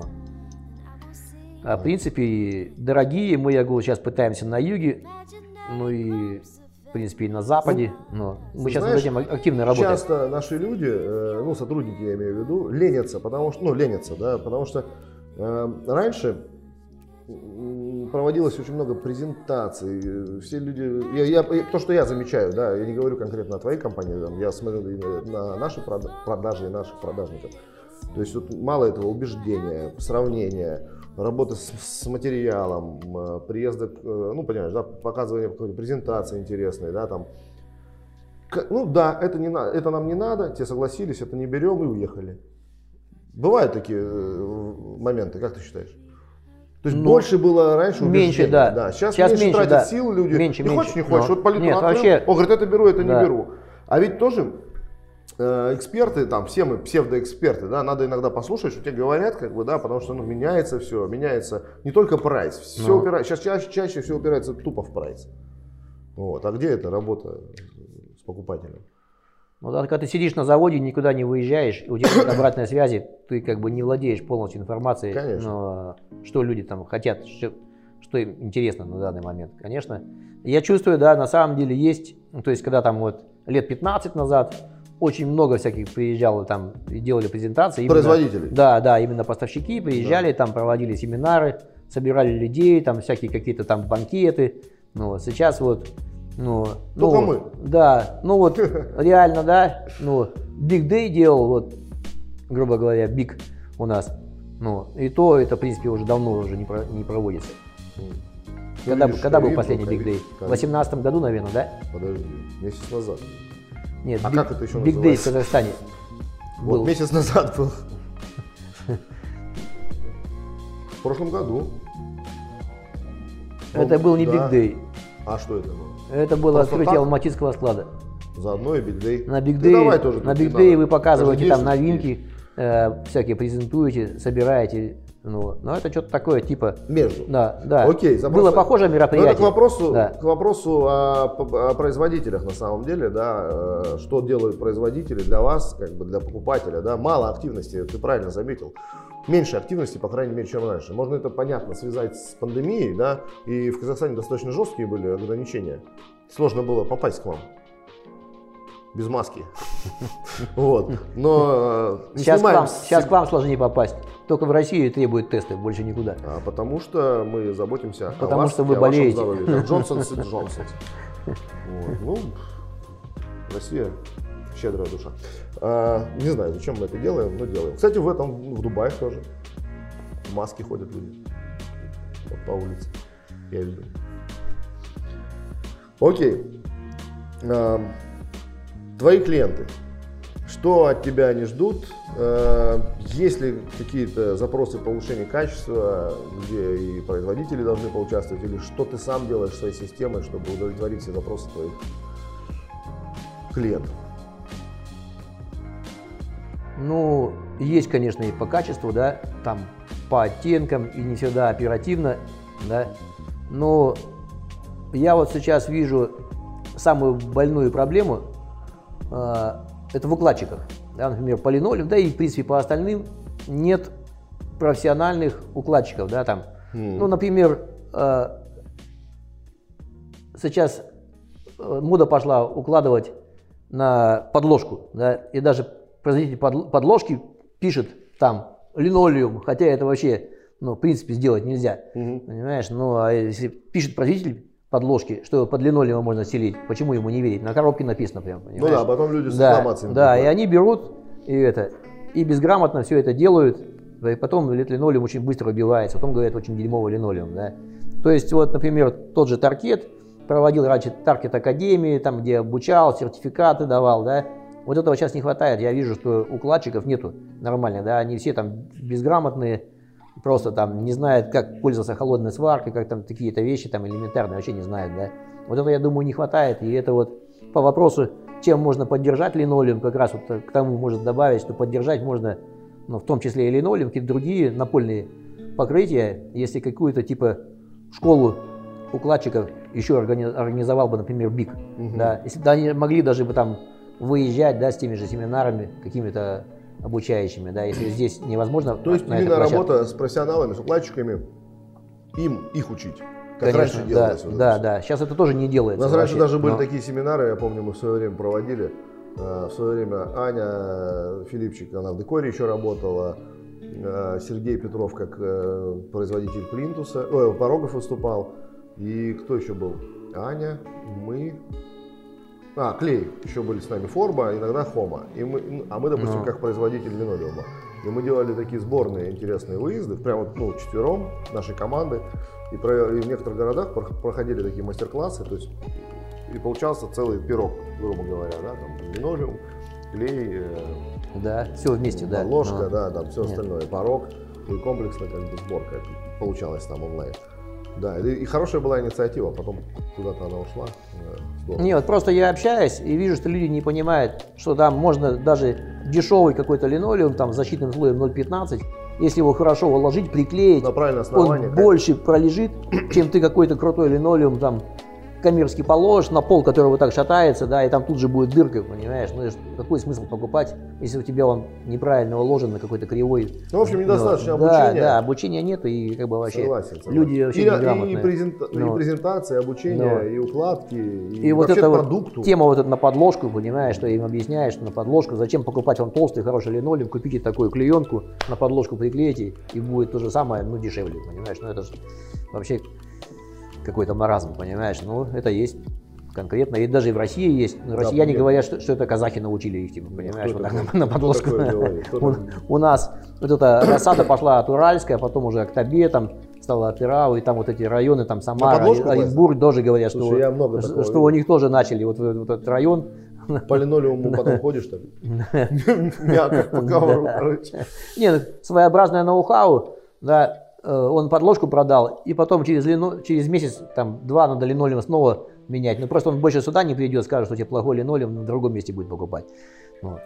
Speaker 2: А в принципе, дорогие мы, я говорю, сейчас пытаемся на юге, ну и в принципе и на западе, но мы сейчас
Speaker 1: Знаешь,
Speaker 2: над этим активно работаем.
Speaker 1: Часто наши люди, ну сотрудники я имею в виду, ленятся, потому что, ну ленятся, да, потому что э, раньше проводилось очень много презентаций, все люди, я, я, то, что я замечаю, да, я не говорю конкретно о твоей компании, там, я смотрю на наши продажи и наших продажников, то есть вот мало этого убеждения, сравнения, работы с, с материалом, приезда, ну, понимаешь, да, показывание какой-то презентации интересной, да, там. Ну да, это, не на, это нам не надо, те согласились, это не берем и уехали. Бывают такие моменты, как ты считаешь? То есть ну, больше было раньше
Speaker 2: меньше, да.
Speaker 1: да. Сейчас,
Speaker 2: Сейчас
Speaker 1: меньше,
Speaker 2: меньше
Speaker 1: тратят
Speaker 2: да.
Speaker 1: сил люди.
Speaker 2: Меньше,
Speaker 1: не
Speaker 2: меньше.
Speaker 1: хочешь, не хочешь.
Speaker 2: Но.
Speaker 1: Вот палитру
Speaker 2: Нет,
Speaker 1: открыл,
Speaker 2: вообще...
Speaker 1: он говорит, это беру, это
Speaker 2: да.
Speaker 1: не беру. А ведь тоже э, эксперты, там, все мы псевдоэксперты, да, надо иногда послушать, что тебе говорят, как бы, да, потому что ну, меняется все, меняется не только прайс, все
Speaker 2: Но.
Speaker 1: упирается, сейчас чаще, чаще все упирается тупо в прайс. Вот. А где эта работа с покупателем?
Speaker 2: Ну, да, когда ты сидишь на заводе, никуда не выезжаешь, у тебя нет обратной связи, ты как бы не владеешь полностью информацией, но, что люди там хотят, что, что им интересно на данный момент. Конечно, я чувствую, да, на самом деле есть, то есть когда там вот лет пятнадцать назад очень много всяких приезжало там и делали презентации. Именно,
Speaker 1: производители.
Speaker 2: Да, да, именно поставщики приезжали, да. Там проводили семинары, собирали людей, там всякие какие-то там банкеты. Ну, сейчас вот... Ну,
Speaker 1: Только
Speaker 2: ну,
Speaker 1: мы.
Speaker 2: Да, ну вот реально, да, ну, Big Day делал, вот, грубо говоря, Big у нас, ну, и то это, в принципе, уже давно уже не, про, не проводится.
Speaker 1: Ну,
Speaker 2: когда
Speaker 1: видишь,
Speaker 2: когда был
Speaker 1: видно,
Speaker 2: последний Big Day? В восемнадцатом году, наверное, да?
Speaker 1: Подожди, месяц назад.
Speaker 2: Нет,
Speaker 1: а
Speaker 2: Big,
Speaker 1: как это еще
Speaker 2: Big Day в Казахстане.
Speaker 1: Вот был. Месяц назад был. В прошлом году.
Speaker 2: Это был не Big Day.
Speaker 1: А что это было?
Speaker 2: Это было Просто открытие так? Алматинского склада.
Speaker 1: Заодно и Big Day.
Speaker 2: На Big Day, тоже на Big Day вы показываете там новинки, э, всякие презентуете, собираете. Ну, но это что-то такое, типа...
Speaker 1: Между.
Speaker 2: Да, да.
Speaker 1: Окей,
Speaker 2: было похожее мероприятие.
Speaker 1: Это к вопросу,
Speaker 2: да.
Speaker 1: к вопросу о, о производителях на самом деле, да, что делают производители для вас, как бы для покупателя, да, мало активности, ты правильно заметил. Меньше активности, по крайней мере, чем раньше. Можно это, понятно, связать с пандемией, да, и в Казахстане достаточно жесткие были ограничения. Сложно было попасть к вам без маски. Вот. Но
Speaker 2: сейчас, к вам, сейчас к вам сложнее попасть. Только в Россию требуют тесты, больше никуда.
Speaker 1: А потому что мы заботимся
Speaker 2: потому
Speaker 1: о вас,
Speaker 2: что вы
Speaker 1: о
Speaker 2: болеете.
Speaker 1: вашем здоровье. Джонсонс и Джонсонс. Вот. Ну, Россия щедрая душа. А, не знаю, зачем мы это делаем, но делаем. Кстати, в этом, в Дубае тоже в маске ходят люди. Вот по улице. Я видел. Окей. А, твои клиенты. Что от тебя они ждут? Есть ли какие-то запросы повышения качества, где и производители должны поучаствовать, или что ты сам делаешь своей системой, чтобы удовлетворить все запросы твоих клиентов?
Speaker 2: Ну, есть, конечно, и по качеству, да, там по оттенкам, и не всегда оперативно, да, но я вот сейчас вижу самую больную проблему, э, это в укладчиках, да, например, по линолеуму, да и в принципе по остальным нет профессиональных укладчиков, да, там, mm. ну, например, э, сейчас мода пошла укладывать на подложку, да, и даже производитель подложки пишет там линолеум, хотя это вообще, ну, в принципе, сделать нельзя, mm-hmm. понимаешь, ну, а если пишет производитель подложки, что под линолеум можно стелить, почему ему не верить? На коробке написано прям, понимаешь?
Speaker 1: Ну да, потом люди с
Speaker 2: да,
Speaker 1: информацией.
Speaker 2: Да, да, и они берут и это, и безграмотно все это делают, и потом линолеум очень быстро убивается, потом говорят, очень дерьмовый линолеум, да. То есть, вот, например, тот же Таркет проводил раньше Таркет Академии, там, где обучал, сертификаты давал, да. Вот этого сейчас не хватает, я вижу, что укладчиков нету нормальных, да, они все там безграмотные, просто там не знают, как пользоваться холодной сваркой, как там какие-то вещи там элементарные вообще не знают, да. Вот это, я думаю, не хватает, и это вот по вопросу, чем можно поддержать линолеум, как раз вот к тому может добавить, что поддержать можно, ну, в том числе и линолеум, какие-то другие напольные покрытия, если какую-то типа школу укладчиков еще организовал бы, например, БИК, угу. да, если бы они могли даже бы там выезжать, да, с теми же семинарами, какими-то обучающими, да, если здесь невозможно.
Speaker 1: То есть именно работа с профессионалами, с укладчиками, им их учить, как
Speaker 2: Конечно,
Speaker 1: раньше делалось.
Speaker 2: Да,
Speaker 1: вот
Speaker 2: да, да, сейчас это тоже не делается.
Speaker 1: У нас раньше даже были
Speaker 2: но...
Speaker 1: такие семинары, я помню, мы в свое время проводили. В свое время Аня Филипчик, она в декоре еще работала, Сергей Петров как производитель плинтуса, ой, порогов выступал, и кто еще был? Аня, мы... А, Клей, еще были с нами Форба, иногда Хома. И мы, а мы, допустим, no. как производитель линолеума. И мы делали такие сборные интересные выезды, прямо ну, четвером нашей команды. И, про, и в некоторых городах проходили такие мастер-классы, то есть и получался целый пирог, грубо говоря, да, там линолеум, клей, э,
Speaker 2: да, все вместе, да.
Speaker 1: ложка,
Speaker 2: Но...
Speaker 1: да, там все
Speaker 2: Нет.
Speaker 1: остальное, порог и комплексная как бы сборка получалась там онлайн. Да, и, и хорошая была инициатива, потом куда-то она ушла. Да,
Speaker 2: не, вот просто я общаюсь и вижу, что люди не понимают, что там можно даже дешевый какой-то линолеум, там с защитным слоем ноль пятнадцать, если его хорошо уложить, приклеить,
Speaker 1: на правильное основание,
Speaker 2: он больше пролежит, чем ты какой-то крутой линолеум там коммерчески положишь на пол, который вот так шатается, да, и там тут же будет дырка, понимаешь? Ну, какой смысл покупать, если у тебя он неправильно уложен на какой-то кривой.
Speaker 1: Ну, в общем, недостаточно
Speaker 2: ну,
Speaker 1: обучения.
Speaker 2: Да, да, обучения нет, и как бы вообще
Speaker 1: согласен, согласен.
Speaker 2: люди вообще
Speaker 1: и,
Speaker 2: неграмотные.
Speaker 1: И, презента...
Speaker 2: ну,
Speaker 1: и презентация, обучение,
Speaker 2: ну,
Speaker 1: и укладки, и,
Speaker 2: и вот
Speaker 1: вообще
Speaker 2: эта
Speaker 1: продукту.
Speaker 2: Вот тема вот эта на подложку, понимаешь, что я им объясняю, что на подложку, зачем покупать вам толстый хороший линолеум, купите такую клеенку, на подложку приклейте, и будет то же самое, ну, дешевле, понимаешь? Ну, это же вообще какой-то маразм, понимаешь? Ну, это есть. Конкретно, и даже и в России есть. Но россияне да, говорят, что, что это казахи научили их, типа, понимаешь, вот так на, на подложку. У, у нас вот эта рассада пошла от Уральска, потом уже Актобе, там стала от Ирау, и там вот эти районы, там Самара, Оренбург тоже говорят,
Speaker 1: Слушай,
Speaker 2: что, что, что у них тоже начали, вот, вот этот район.
Speaker 1: По линолеуму потом ходишь так, мягко по ковру, короче.
Speaker 2: Нет, своеобразное ноу-хау, да, он подложку продал, и потом через, лино, через месяц, там, два надо линолеум снова менять. Ну, просто он больше сюда не придет, скажет, что у тебя плохой линолеум, на другом месте будет покупать. Вот.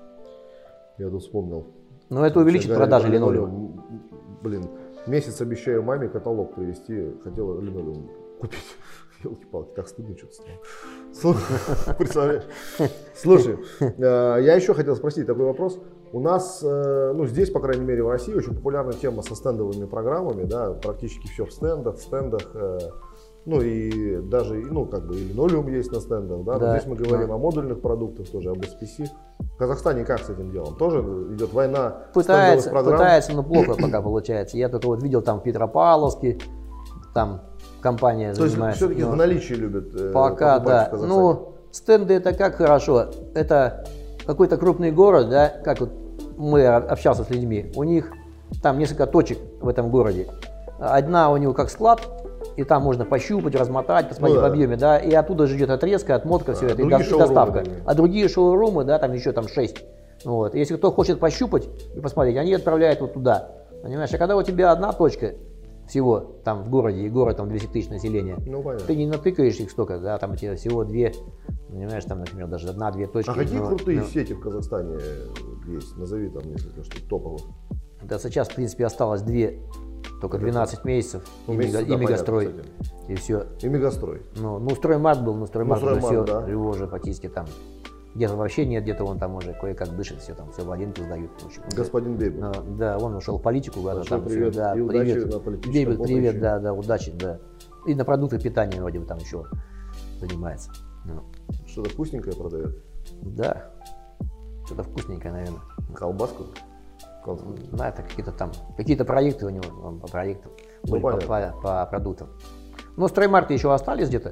Speaker 1: Я тут вспомнил.
Speaker 2: Ну, это увеличит продажи линолеума.
Speaker 1: Блин, месяц обещаю маме каталог привезти, хотела линолеум купить. Елки-палки, так стыдно что-то стало. Представляешь? Слушай, я еще хотел спросить такой вопрос. У нас, ну здесь, по крайней мере в России, очень популярна тема со стендовыми программами, да, практически все в стендах, в стендах, ну и даже, ну как бы и линолеум есть на стендах, да,
Speaker 2: да.
Speaker 1: Здесь мы говорим
Speaker 2: да.
Speaker 1: о модульных продуктах, тоже об эс пи си. В Казахстане как с этим делом? Тоже идет война
Speaker 2: пытается,
Speaker 1: стендовых программ?
Speaker 2: Пытается, но плохо пока получается. Я только вот видел там в Петропавловске, там компания
Speaker 1: То
Speaker 2: занимается.
Speaker 1: То есть все-таки в наличии любят
Speaker 2: пока, да. Ну, стенды это как хорошо. Это какой-то крупный город, да, как вот мы общался с людьми, у них там несколько точек в этом городе. Одна у него как склад, и там можно пощупать, размотать, посмотреть ну, да. в объеме, да, и оттуда же идет отрезка, отмотка, все а, это, и доставка. Думаю. А другие шоурумы, да, там еще там шесть. Вот. Если кто хочет пощупать и посмотреть, они отправляют вот туда. Понимаешь, а когда у тебя одна точка всего там в городе, и город там двести тысяч населения,
Speaker 1: ну,
Speaker 2: ты не натыкаешь их столько, да, там у тебя всего две, понимаешь, там, например, даже одна-две точки.
Speaker 1: А какие
Speaker 2: но,
Speaker 1: крутые
Speaker 2: но...
Speaker 1: сети в Казахстане есть? Назови там несколько штук топовых.
Speaker 2: Да сейчас, в принципе, осталось две, только двенадцать месяцев,
Speaker 1: ну,
Speaker 2: и,
Speaker 1: месяц,
Speaker 2: мега,
Speaker 1: да,
Speaker 2: и Мегастрой,
Speaker 1: понятно,
Speaker 2: и все.
Speaker 1: И Мегастрой.
Speaker 2: Ну, ну Строймарт был, но Строймарт
Speaker 1: ну,
Speaker 2: уже все,
Speaker 1: да.
Speaker 2: его уже практически там, где-то вообще нет, где-то он там уже кое-как дышит, все там, все в один сдают.
Speaker 1: Господин Бейбл.
Speaker 2: Ну, да, он ушел в политику, да, там
Speaker 1: привет,
Speaker 2: все, да,
Speaker 1: и
Speaker 2: привет,
Speaker 1: удачи на политическом
Speaker 2: Бейбл, привет,
Speaker 1: поприще.
Speaker 2: да, да, удачи, да. И на продукты питания вроде бы там еще занимается. Ну.
Speaker 1: Что-то вкусненькое продает?
Speaker 2: Да, что-то вкусненькое, наверное.
Speaker 1: Колбаску?
Speaker 2: Да, это какие-то там, какие-то проекты у него, он по проектам,
Speaker 1: ну,
Speaker 2: были по, по, по продуктам. Ну, Строймарты еще остались где-то,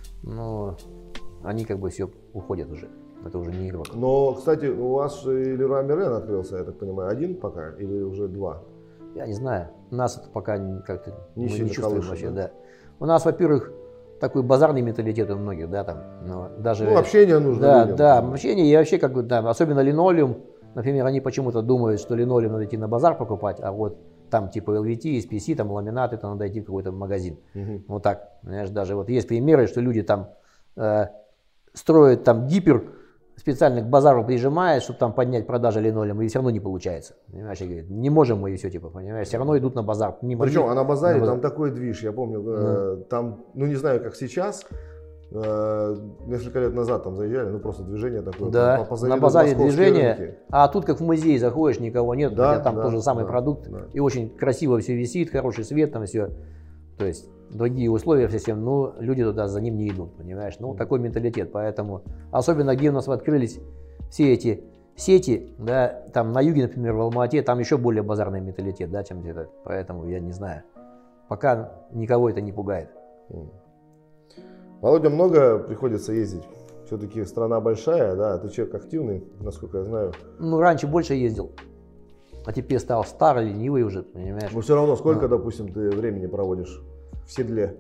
Speaker 2: но они как бы все уходят уже, это уже не игрок.
Speaker 1: Но, кстати, у вас и Леруа Мерлен открылся, я так понимаю, один пока или уже два?
Speaker 2: Я не знаю, у нас это пока как-то
Speaker 1: не,
Speaker 2: мы не чувствуем
Speaker 1: колышет,
Speaker 2: вообще,
Speaker 1: да?
Speaker 2: да. У нас, во-первых, такой базарный менталитет у многих, да, там, но даже...
Speaker 1: Ну, общение нужно
Speaker 2: Да,
Speaker 1: людям.
Speaker 2: да, общение и вообще как бы, да, особенно линолеум. Например, они почему-то думают, что линолеум надо идти на базар покупать, а вот там типа эл ви ти, эс пи си, там ламинат, это надо идти в какой-то магазин. Угу. Вот так, знаешь, даже вот есть примеры, что люди там э, строят там гипер, специально к базару прижимают, чтобы там поднять продажи линолеума, и все равно не получается. Понимаешь, и говорят, не можем мы и все, типа, понимаешь, все равно идут на базар. Не
Speaker 1: Причем,
Speaker 2: могли,
Speaker 1: а на базаре
Speaker 2: на
Speaker 1: там
Speaker 2: базар.
Speaker 1: такой движ, я помню,
Speaker 2: Ну.
Speaker 1: э, там, ну не знаю, как сейчас, э, несколько лет назад там заезжали, ну просто движение такое.
Speaker 2: Да,
Speaker 1: по, по
Speaker 2: на базаре движение,
Speaker 1: рынки.
Speaker 2: А тут как в музей заходишь, никого нет,
Speaker 1: Да,
Speaker 2: хотя там
Speaker 1: да,
Speaker 2: тот же самый
Speaker 1: да,
Speaker 2: продукт,
Speaker 1: да.
Speaker 2: и очень красиво все висит, хороший свет там все, то есть другие условия совсем, но люди туда за ним не идут, понимаешь, ну такой менталитет, поэтому, особенно где у нас открылись все эти сети, да, там на юге, например, в Алма-Ате, там еще более базарный менталитет, да, чем где-то, поэтому я не знаю, пока никого это не пугает.
Speaker 1: Володя, много приходится ездить? Все-таки страна большая, да, ты человек активный, насколько я знаю.
Speaker 2: Ну, раньше больше ездил. а теперь стал старый, ленивый уже, понимаешь.
Speaker 1: Но все равно, сколько,
Speaker 2: Но.
Speaker 1: допустим, ты времени проводишь в седле?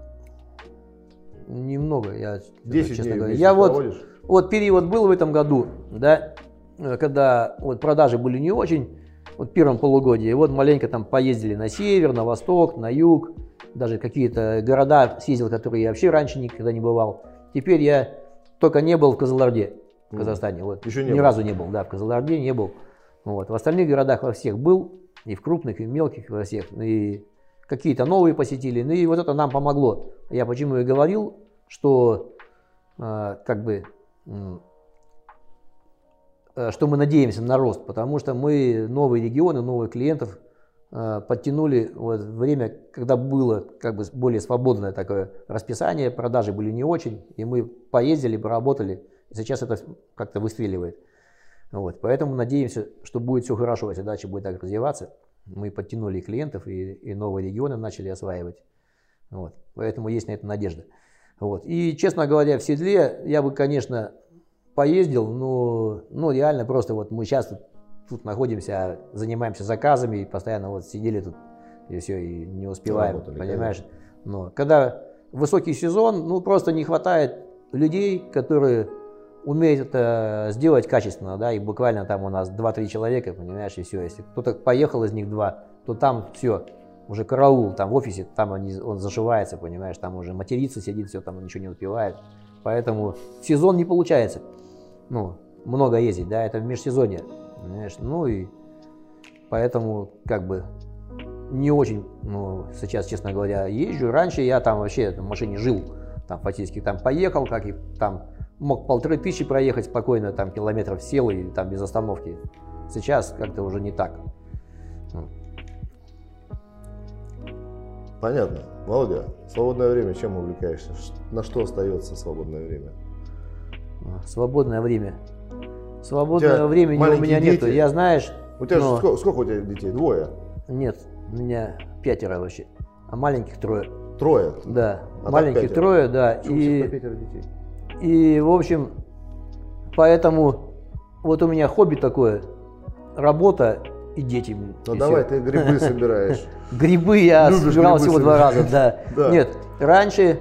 Speaker 2: Немного, я,
Speaker 1: десять
Speaker 2: честно
Speaker 1: дней
Speaker 2: говоря.
Speaker 1: в месяц
Speaker 2: Я вот,
Speaker 1: проводишь?
Speaker 2: вот период был в этом году, да, когда вот продажи были не очень, вот в первом полугодии, и вот маленько там поездили на север, на восток, на юг, даже какие-то города съездил, которые я вообще раньше никогда не бывал. Теперь я только не был в Кызылорде, в Казахстане, вот,
Speaker 1: Еще не
Speaker 2: ни
Speaker 1: был.
Speaker 2: разу не был, да, в Кызылорде не был. Вот. В остальных городах во всех был, и в крупных, и в мелких, во всех, и какие-то новые посетили, ну и вот это нам помогло. Я почему и говорил, что э, как бы что мы надеемся на рост, потому что мы новые регионы, новых клиентов э, подтянули вот время, когда было как бы более свободное такое расписание, продажи были не очень, и мы поездили, поработали, и сейчас это как-то выстреливает. Вот, поэтому надеемся, что будет все хорошо, если дальше будет так развиваться. Мы подтянули и клиентов, и, и новые регионы начали осваивать. Вот, поэтому есть на это надежда. Вот. И, честно говоря, в седле я бы, конечно, поездил, но ну, реально просто вот мы сейчас тут, тут находимся, занимаемся заказами, и постоянно вот сидели тут, и все, и не успеваем, работали, понимаешь? Конечно. Но когда высокий сезон, ну просто не хватает людей, которые умеют это сделать качественно, да, и буквально там у нас два-три человека, понимаешь, и все. Если кто-то поехал из них два, то там все, уже караул, там в офисе, там они, он зашивается, понимаешь, там уже матерится, сидит, все, там ничего не успевает. Поэтому сезон не получается. Ну, много ездить, да, это в межсезонье, понимаешь, ну и поэтому как бы не очень, ну, сейчас, честно говоря, езжу. Раньше я там вообще в машине жил, там фактически там поехал, как и там мог полторы тысячи проехать спокойно, там километров сел и там без остановки. Сейчас как-то уже не так.
Speaker 1: Понятно. Володя, свободное время чем увлекаешься? На что остается свободное время?
Speaker 2: Свободное время. Свободного времени у меня нету. Я, знаешь...
Speaker 1: У тебя но... сколько, сколько у тебя детей? Двое?
Speaker 2: Нет, у меня пятеро вообще. А маленьких трое.
Speaker 1: Трое?
Speaker 2: Да. А маленьких трое, да.
Speaker 1: И... пятеро детей?
Speaker 2: И, в общем, поэтому вот у меня хобби такое. Работа и дети.
Speaker 1: Ну давай, ты грибы собираешь.
Speaker 2: Грибы я собирал всего два раза, да. Нет, раньше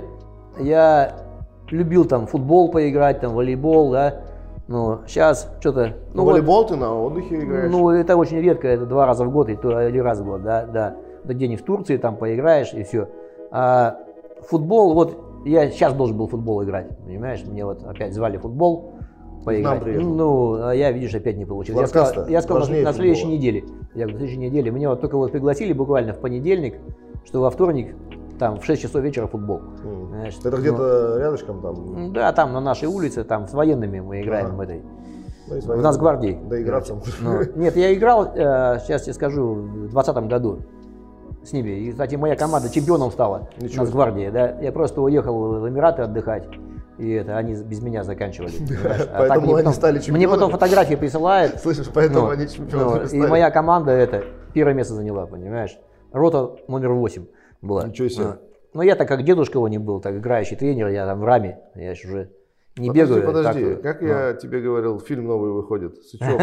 Speaker 2: я любил там футбол поиграть, там волейбол, да. Но сейчас что-то...
Speaker 1: Ну, волейбол ты на отдыхе играешь?
Speaker 2: Ну, это очень редко, это два раза в год или раз в год, да, да. Это где-нибудь в Турции там поиграешь и все. А футбол, вот я сейчас должен был в футбол играть, понимаешь? Мне вот опять звали в футбол поиграть. Ну, а я, видишь, опять не получилось. Я сказал, я сказал на, на следующей неделе. Я говорю, на следующей неделе. Мне вот только вот пригласили буквально в понедельник, что во вторник там в шесть часов вечера футбол.
Speaker 1: Mm. Это где-то ну, рядышком там?
Speaker 2: Да, там на нашей улице, там с военными мы играем а. в этой. Ну, в Нацгвардии.
Speaker 1: Доиграться
Speaker 2: ну, Нет, я играл, э, сейчас я скажу, в двадцатом году с ними. И, кстати, моя команда чемпионом стала. Нацгвардии, да. Я просто уехал в Эмираты отдыхать. И это они без меня заканчивали.
Speaker 1: А поэтому они стали чемпионами?
Speaker 2: Мне потом фотографии присылают.
Speaker 1: Слышишь, поэтому они чемпионами стали.
Speaker 2: И моя команда это первое место заняла, понимаешь. Рота номер восемь была.
Speaker 1: Ничего себе.
Speaker 2: Но я-то как дедушка его не был, так играющий тренер, я там в раме, я ж уже не
Speaker 1: подожди,
Speaker 2: бегаю.
Speaker 1: Подожди,
Speaker 2: так,
Speaker 1: как
Speaker 2: но...
Speaker 1: я тебе говорил, фильм новый выходит, Сычев.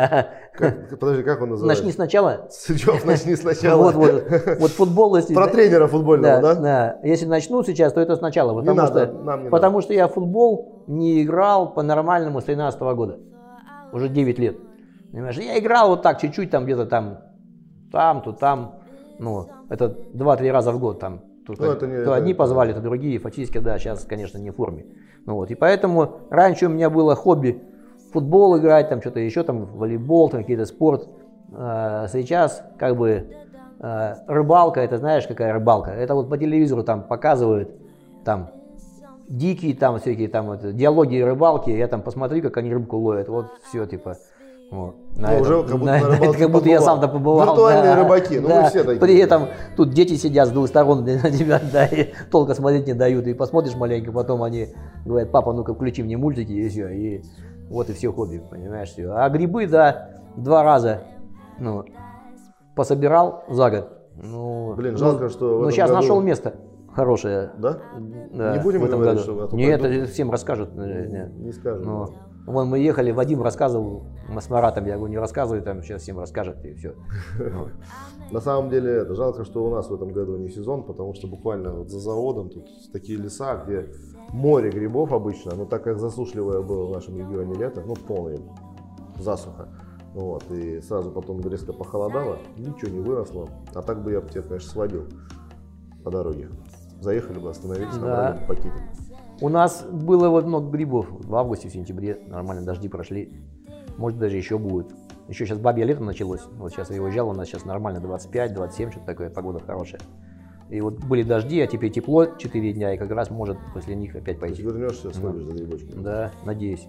Speaker 1: Как, подожди, как он называется?
Speaker 2: Начни сначала.
Speaker 1: Сычев, начни сначала.
Speaker 2: Вот, вот, вот футбол, если...
Speaker 1: Про тренера футбольного, да?
Speaker 2: Да, да. Если начну сейчас, то это сначала, потому,
Speaker 1: не
Speaker 2: что,
Speaker 1: надо, нам не
Speaker 2: потому
Speaker 1: надо.
Speaker 2: что я в футбол не играл по-нормальному с тринадцатого года, уже девять лет. Понимаешь? Я играл вот так, чуть-чуть там где-то там, там, то там, ну, это два-три раза в год там. Тут ну, это не, то это, одни позвали, то другие, фактически, да, сейчас, конечно, не в форме. Ну, вот, и поэтому раньше у меня было хобби футбол играть, там что-то еще, там волейбол, там какие-то спорт. А сейчас как бы а, рыбалка, это знаешь, какая рыбалка? Это вот по телевизору там показывают, там дикие там всякие там вот, диалоги рыбалки, я там посмотрю, как они рыбку ловят, вот все типа. Вот.
Speaker 1: Ну, этом, уже как будто, на,
Speaker 2: на это, как будто я сам-то побывал.
Speaker 1: Виртуальные
Speaker 2: да,
Speaker 1: рыбаки, ну
Speaker 2: да.
Speaker 1: мы все такие.
Speaker 2: При этом тут дети сидят с двух сторон на тебя, да, и толко смотреть не дают. И посмотришь маленько, потом они говорят, папа, ну-ка включи мне мультики, и все. И вот и все хобби, понимаешь, все. А грибы, да, два раза, ну, пособирал за год. Ну,
Speaker 1: блин, жалко,
Speaker 2: ну,
Speaker 1: что
Speaker 2: Ну, сейчас году... нашел место хорошее.
Speaker 1: Да?
Speaker 2: Да,
Speaker 1: Не будем
Speaker 2: в этом
Speaker 1: говорить,
Speaker 2: году.
Speaker 1: что в этом
Speaker 2: Нет,
Speaker 1: году?
Speaker 2: это всем расскажут. Не,
Speaker 1: не скажем.
Speaker 2: Но, Вон мы ехали, Вадим рассказывал, мы с Маратом, я говорю, не рассказывай, там сейчас всем расскажет и все.
Speaker 1: На самом деле, это жалко, что у нас в этом году не сезон, потому что буквально вот за заводом тут такие леса, где море грибов обычно, но так как засушливое было в нашем регионе лето, ну полное засуха, вот, и сразу потом резко похолодало, ничего не выросло, а так бы я тебя, конечно, сводил по дороге. Заехали бы, остановились, набрали бы пакетик.
Speaker 2: У нас было вот много грибов в августе, в сентябре, нормально дожди прошли, может даже еще будет. Еще сейчас бабье лето началось, вот сейчас я уезжал, у нас сейчас нормально двадцать пять двадцать семь, что-то такое, погода хорошая. И вот были дожди, а теперь тепло четыре дня, и как раз может после них опять пойти.
Speaker 1: Вернешься, сходишь за грибочками.
Speaker 2: Да, надеюсь.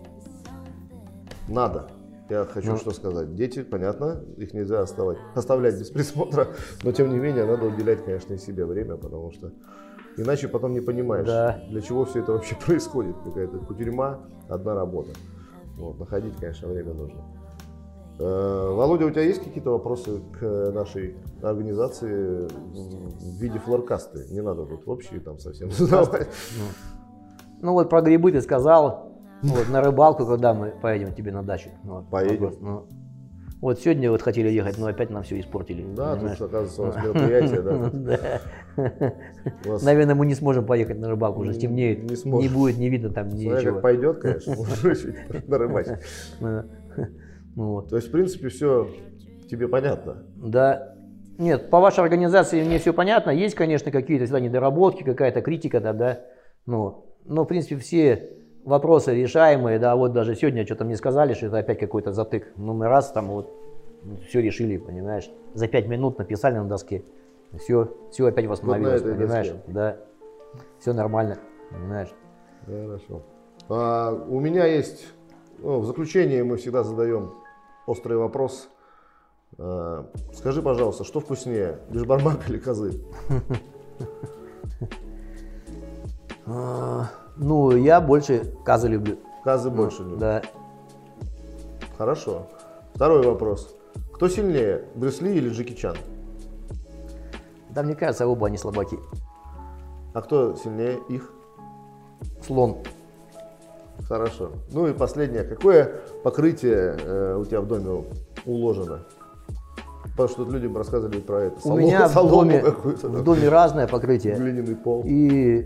Speaker 1: Надо. Я хочу ну. что сказать. Дети, понятно, их нельзя оставать, оставлять без присмотра, но тем не менее надо уделять, конечно, и себе время, потому что иначе потом не понимаешь,
Speaker 2: да.
Speaker 1: для чего все это вообще происходит. Какая-то кутерьма, одна работа. Вот, находить, конечно, время нужно. Володя, у тебя есть какие-то вопросы к нашей организации в виде флоркасты? Не надо тут общие там совсем задавать.
Speaker 2: Ну вот про грибы ты сказал. Вот, на рыбалку, когда мы поедем тебе на дачу. Вот,
Speaker 1: поедем.
Speaker 2: Ну, вот сегодня вот хотели ехать, но опять нам все испортили.
Speaker 1: Да, понимаешь? Тут, оказывается, у нас мероприятие,
Speaker 2: да. Наверное, мы не сможем поехать на рыбалку, уже стемнеет. Не сможем. Не будет, не видно там ничего.
Speaker 1: Смотря как пойдет, конечно, может нарыбачить.
Speaker 2: Вот.
Speaker 1: То есть, в принципе, все тебе понятно?
Speaker 2: Да. Нет, по вашей организации мне все понятно. Есть, конечно, какие-то всегда недоработки, какая-то критика, да, да. Но, но, в принципе, все вопросы решаемые, да. Вот даже сегодня что-то мне сказали, что это опять какой-то затык. Ну, мы раз там вот все решили, понимаешь. За пять минут написали на доске. Все, все опять восстановилось, вот понимаешь. Доске. Да. Все нормально, понимаешь.
Speaker 1: Хорошо. А, у меня есть, ну, в заключении мы всегда задаем острый вопрос. А, скажи, пожалуйста, что вкуснее, бешбармак или козы?
Speaker 2: Ну, я больше козы люблю.
Speaker 1: Козы больше люблю?
Speaker 2: Да.
Speaker 1: Хорошо. Второй вопрос. Кто сильнее, Брюс Ли или Джеки Чан?
Speaker 2: Да, мне кажется, оба они слабаки.
Speaker 1: А кто сильнее их?
Speaker 2: Слон.
Speaker 1: Хорошо. Ну и последнее. Какое покрытие э, у тебя в доме уложено? Потому что тут людям рассказывали про это.
Speaker 2: У Солом, меня в доме, в доме разное покрытие.
Speaker 1: Глиняный пол.
Speaker 2: И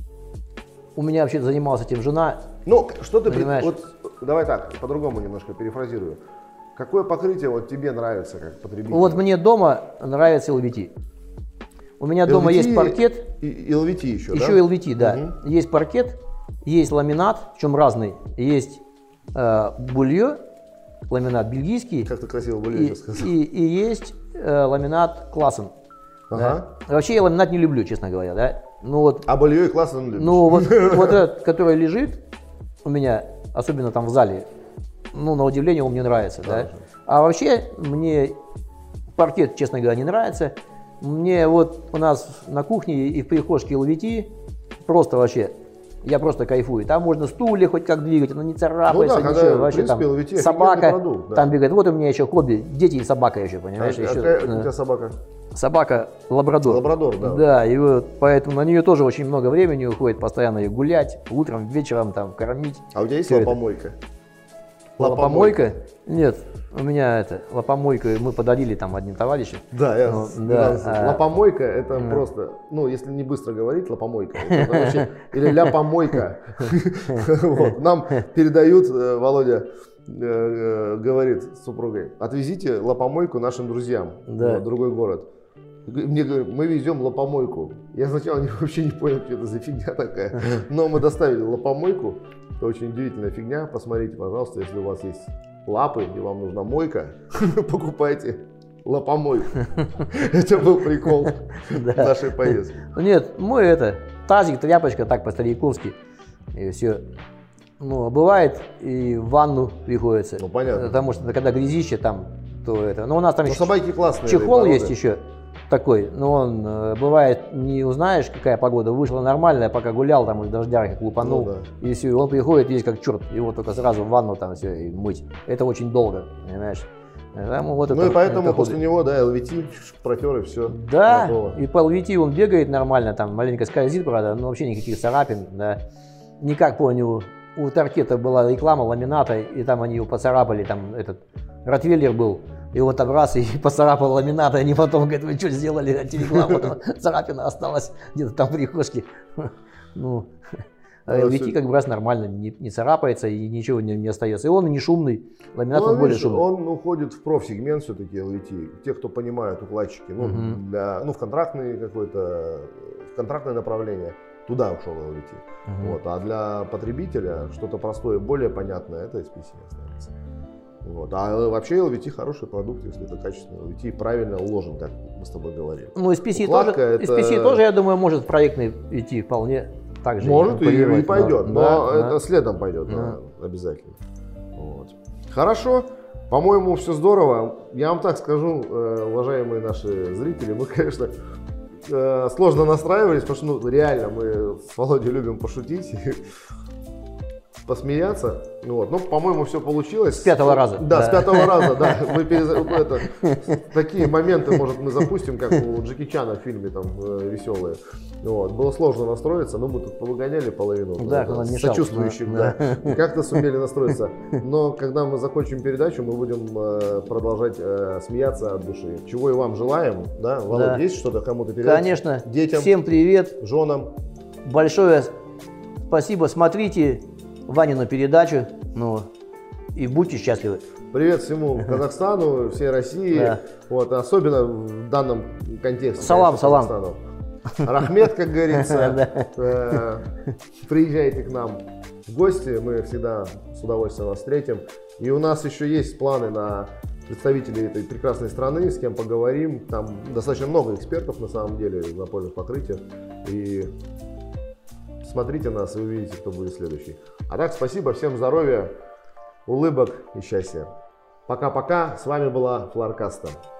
Speaker 2: у меня вообще занималась этим жена.
Speaker 1: Ну, что ты
Speaker 2: понимаешь?
Speaker 1: Вот, давай так, по-другому немножко перефразирую. Какое покрытие вот тебе нравится как потребителю?
Speaker 2: Вот мне дома нравится эл ви ти. У меня дома
Speaker 1: эл ви ти
Speaker 2: есть паркет.
Speaker 1: И эл ви ти еще,
Speaker 2: еще
Speaker 1: да?
Speaker 2: эл ви ти, да. Угу. Есть паркет, есть ламинат, причем разный. Есть э, булье, ламинат бельгийский.
Speaker 1: Как ты красиво булье
Speaker 2: и,
Speaker 1: сказал.
Speaker 2: И, и есть э, ламинат Классен.
Speaker 1: Ага.
Speaker 2: Да. Вообще я ламинат не люблю, честно говоря, да. Ну, вот,
Speaker 1: а булье и Классен любишь?
Speaker 2: Ну вот, вот этот, который лежит у меня, особенно там в зале, ну, на удивление, он мне нравится, да. да? А вообще мне паркет, честно говоря, не нравится. Мне вот у нас на кухне и в прихожке эл ви ти просто вообще, я просто кайфую. Там можно стулья хоть как двигать, но не царапается,
Speaker 1: ну, да,
Speaker 2: ничего.
Speaker 1: Когда,
Speaker 2: вообще
Speaker 1: принципе,
Speaker 2: там
Speaker 1: эл ви ти
Speaker 2: собака
Speaker 1: продукт, да.
Speaker 2: там бегает. Вот у меня еще хобби, дети и собака еще, понимаешь?
Speaker 1: А,
Speaker 2: еще,
Speaker 1: а какая у тебя собака?
Speaker 2: Собака лабрадор.
Speaker 1: Лабрадор, да.
Speaker 2: Да, и вот поэтому на нее тоже очень много времени уходит, постоянно ее гулять, утром, вечером там кормить.
Speaker 1: А у тебя есть лапомойка?
Speaker 2: Лапомойка? Нет, у меня это, лапомойка мы подарили там одним товарищам.
Speaker 1: Да, я
Speaker 2: ну,
Speaker 1: да,
Speaker 2: а,
Speaker 1: лапомойка это
Speaker 2: да.
Speaker 1: Просто, ну, если не быстро говорить, лапомойка. Это вообще, или ляпомойка. Нам передают, Володя говорит с супругой, отвезите лапомойку нашим друзьям в другой город. Мне говорят, мы везем лапомойку. Я сначала вообще не понял, что это за фигня такая. Но мы доставили лапомойку. Это очень удивительная фигня. Посмотрите, пожалуйста, если у вас есть лапы и вам нужна мойка, покупайте лапомойку. Это был прикол нашей поездки.
Speaker 2: Нет, мы это, тазик, тряпочка, так по-стариковски. И все. Ну, бывает и в ванну приходится.
Speaker 1: Ну, понятно.
Speaker 2: Потому что когда грязище там, то это. Но у нас там
Speaker 1: еще
Speaker 2: собаки
Speaker 1: классные.
Speaker 2: Чехол есть еще. Такой, но он э, бывает, не узнаешь, какая погода, вышла нормальная, пока гулял, там из дождя как лупанул, ну, да. И все, и он приходит, есть как черт, его только сразу в ванну там все и мыть. Это очень долго, понимаешь? Там, вот
Speaker 1: ну
Speaker 2: это,
Speaker 1: и поэтому
Speaker 2: это
Speaker 1: после
Speaker 2: ходы.
Speaker 1: него, да, эл ви ти, протер и все.
Speaker 2: Да,
Speaker 1: готово.
Speaker 2: И по эл ви ти он бегает нормально, там маленько скользит, правда, но вообще никаких царапин, да. Никак по нему у Таркета была реклама ламината, и там они его поцарапали, там этот ротвейлер был, и вот там раз и поцарапал ламинат, и они потом говорят, вы что сделали, эти рекламу, царапина осталась где-то там в прихожке. Ну, а эл ви ти как бы раз нормально, не, не царапается и ничего не, не остается. И он не шумный, ламинат
Speaker 1: ну,
Speaker 2: он более
Speaker 1: видишь,
Speaker 2: шумный.
Speaker 1: Он уходит в профсегмент все-таки эл ви ти, те, кто понимают, укладчики, ну, угу. для, ну в контрактный какой-то, в контрактное направление, туда ушел эл ви ти. Угу. Вот, а для потребителя что-то простое, более понятное, это эс пи си останется. Вот. А вообще эл ви ти хороший продукт, если это качественный эл ви ти, правильно уложен, как мы с тобой говорили.
Speaker 2: Ну, эс пи си, тоже, это... эс пи си тоже, я думаю, может в проектный идти вполне так же.
Speaker 1: Может и, и пойдет, но, но
Speaker 2: да,
Speaker 1: это да. следом пойдет, да. Да, обязательно. Вот. Хорошо, по-моему, все здорово. Я вам так скажу, уважаемые наши зрители, мы, конечно, сложно настраивались, потому что ну, реально мы с Володей любим пошутить. Посмеяться, вот. Ну, по-моему, все получилось.
Speaker 2: С пятого раза.
Speaker 1: Да, да. с пятого раза, да. Мы перез... это, такие моменты, может, мы запустим, как у Джеки Чана в фильме, там, веселые. Вот. Было сложно настроиться, но мы тут повыгоняли половину
Speaker 2: да,
Speaker 1: это, сочувствующих, да. да. Как-то сумели настроиться. Но когда мы закончим передачу, мы будем э, продолжать э, смеяться от души. Чего и вам желаем, да? Володь, да. есть что-то кому-то передать?
Speaker 2: Конечно.
Speaker 1: Детям.
Speaker 2: Всем привет.
Speaker 1: Женам.
Speaker 2: Большое спасибо. Смотрите Ванину передачу, ну, и будьте счастливы.
Speaker 1: Привет всему Казахстану, всей России, да. вот, особенно в данном контексте.
Speaker 2: Салам, салам.
Speaker 1: Рахмет, как говорится. Приезжайте к нам в гости, мы всегда с удовольствием вас встретим. И у нас еще есть планы на представителей этой прекрасной страны, с кем поговорим. Там достаточно много экспертов на самом деле в напольных покрытиях. И смотрите нас и увидите, кто будет следующий. А так, спасибо, всем здоровья, улыбок и счастья. Пока-пока, с вами была Флоркаста.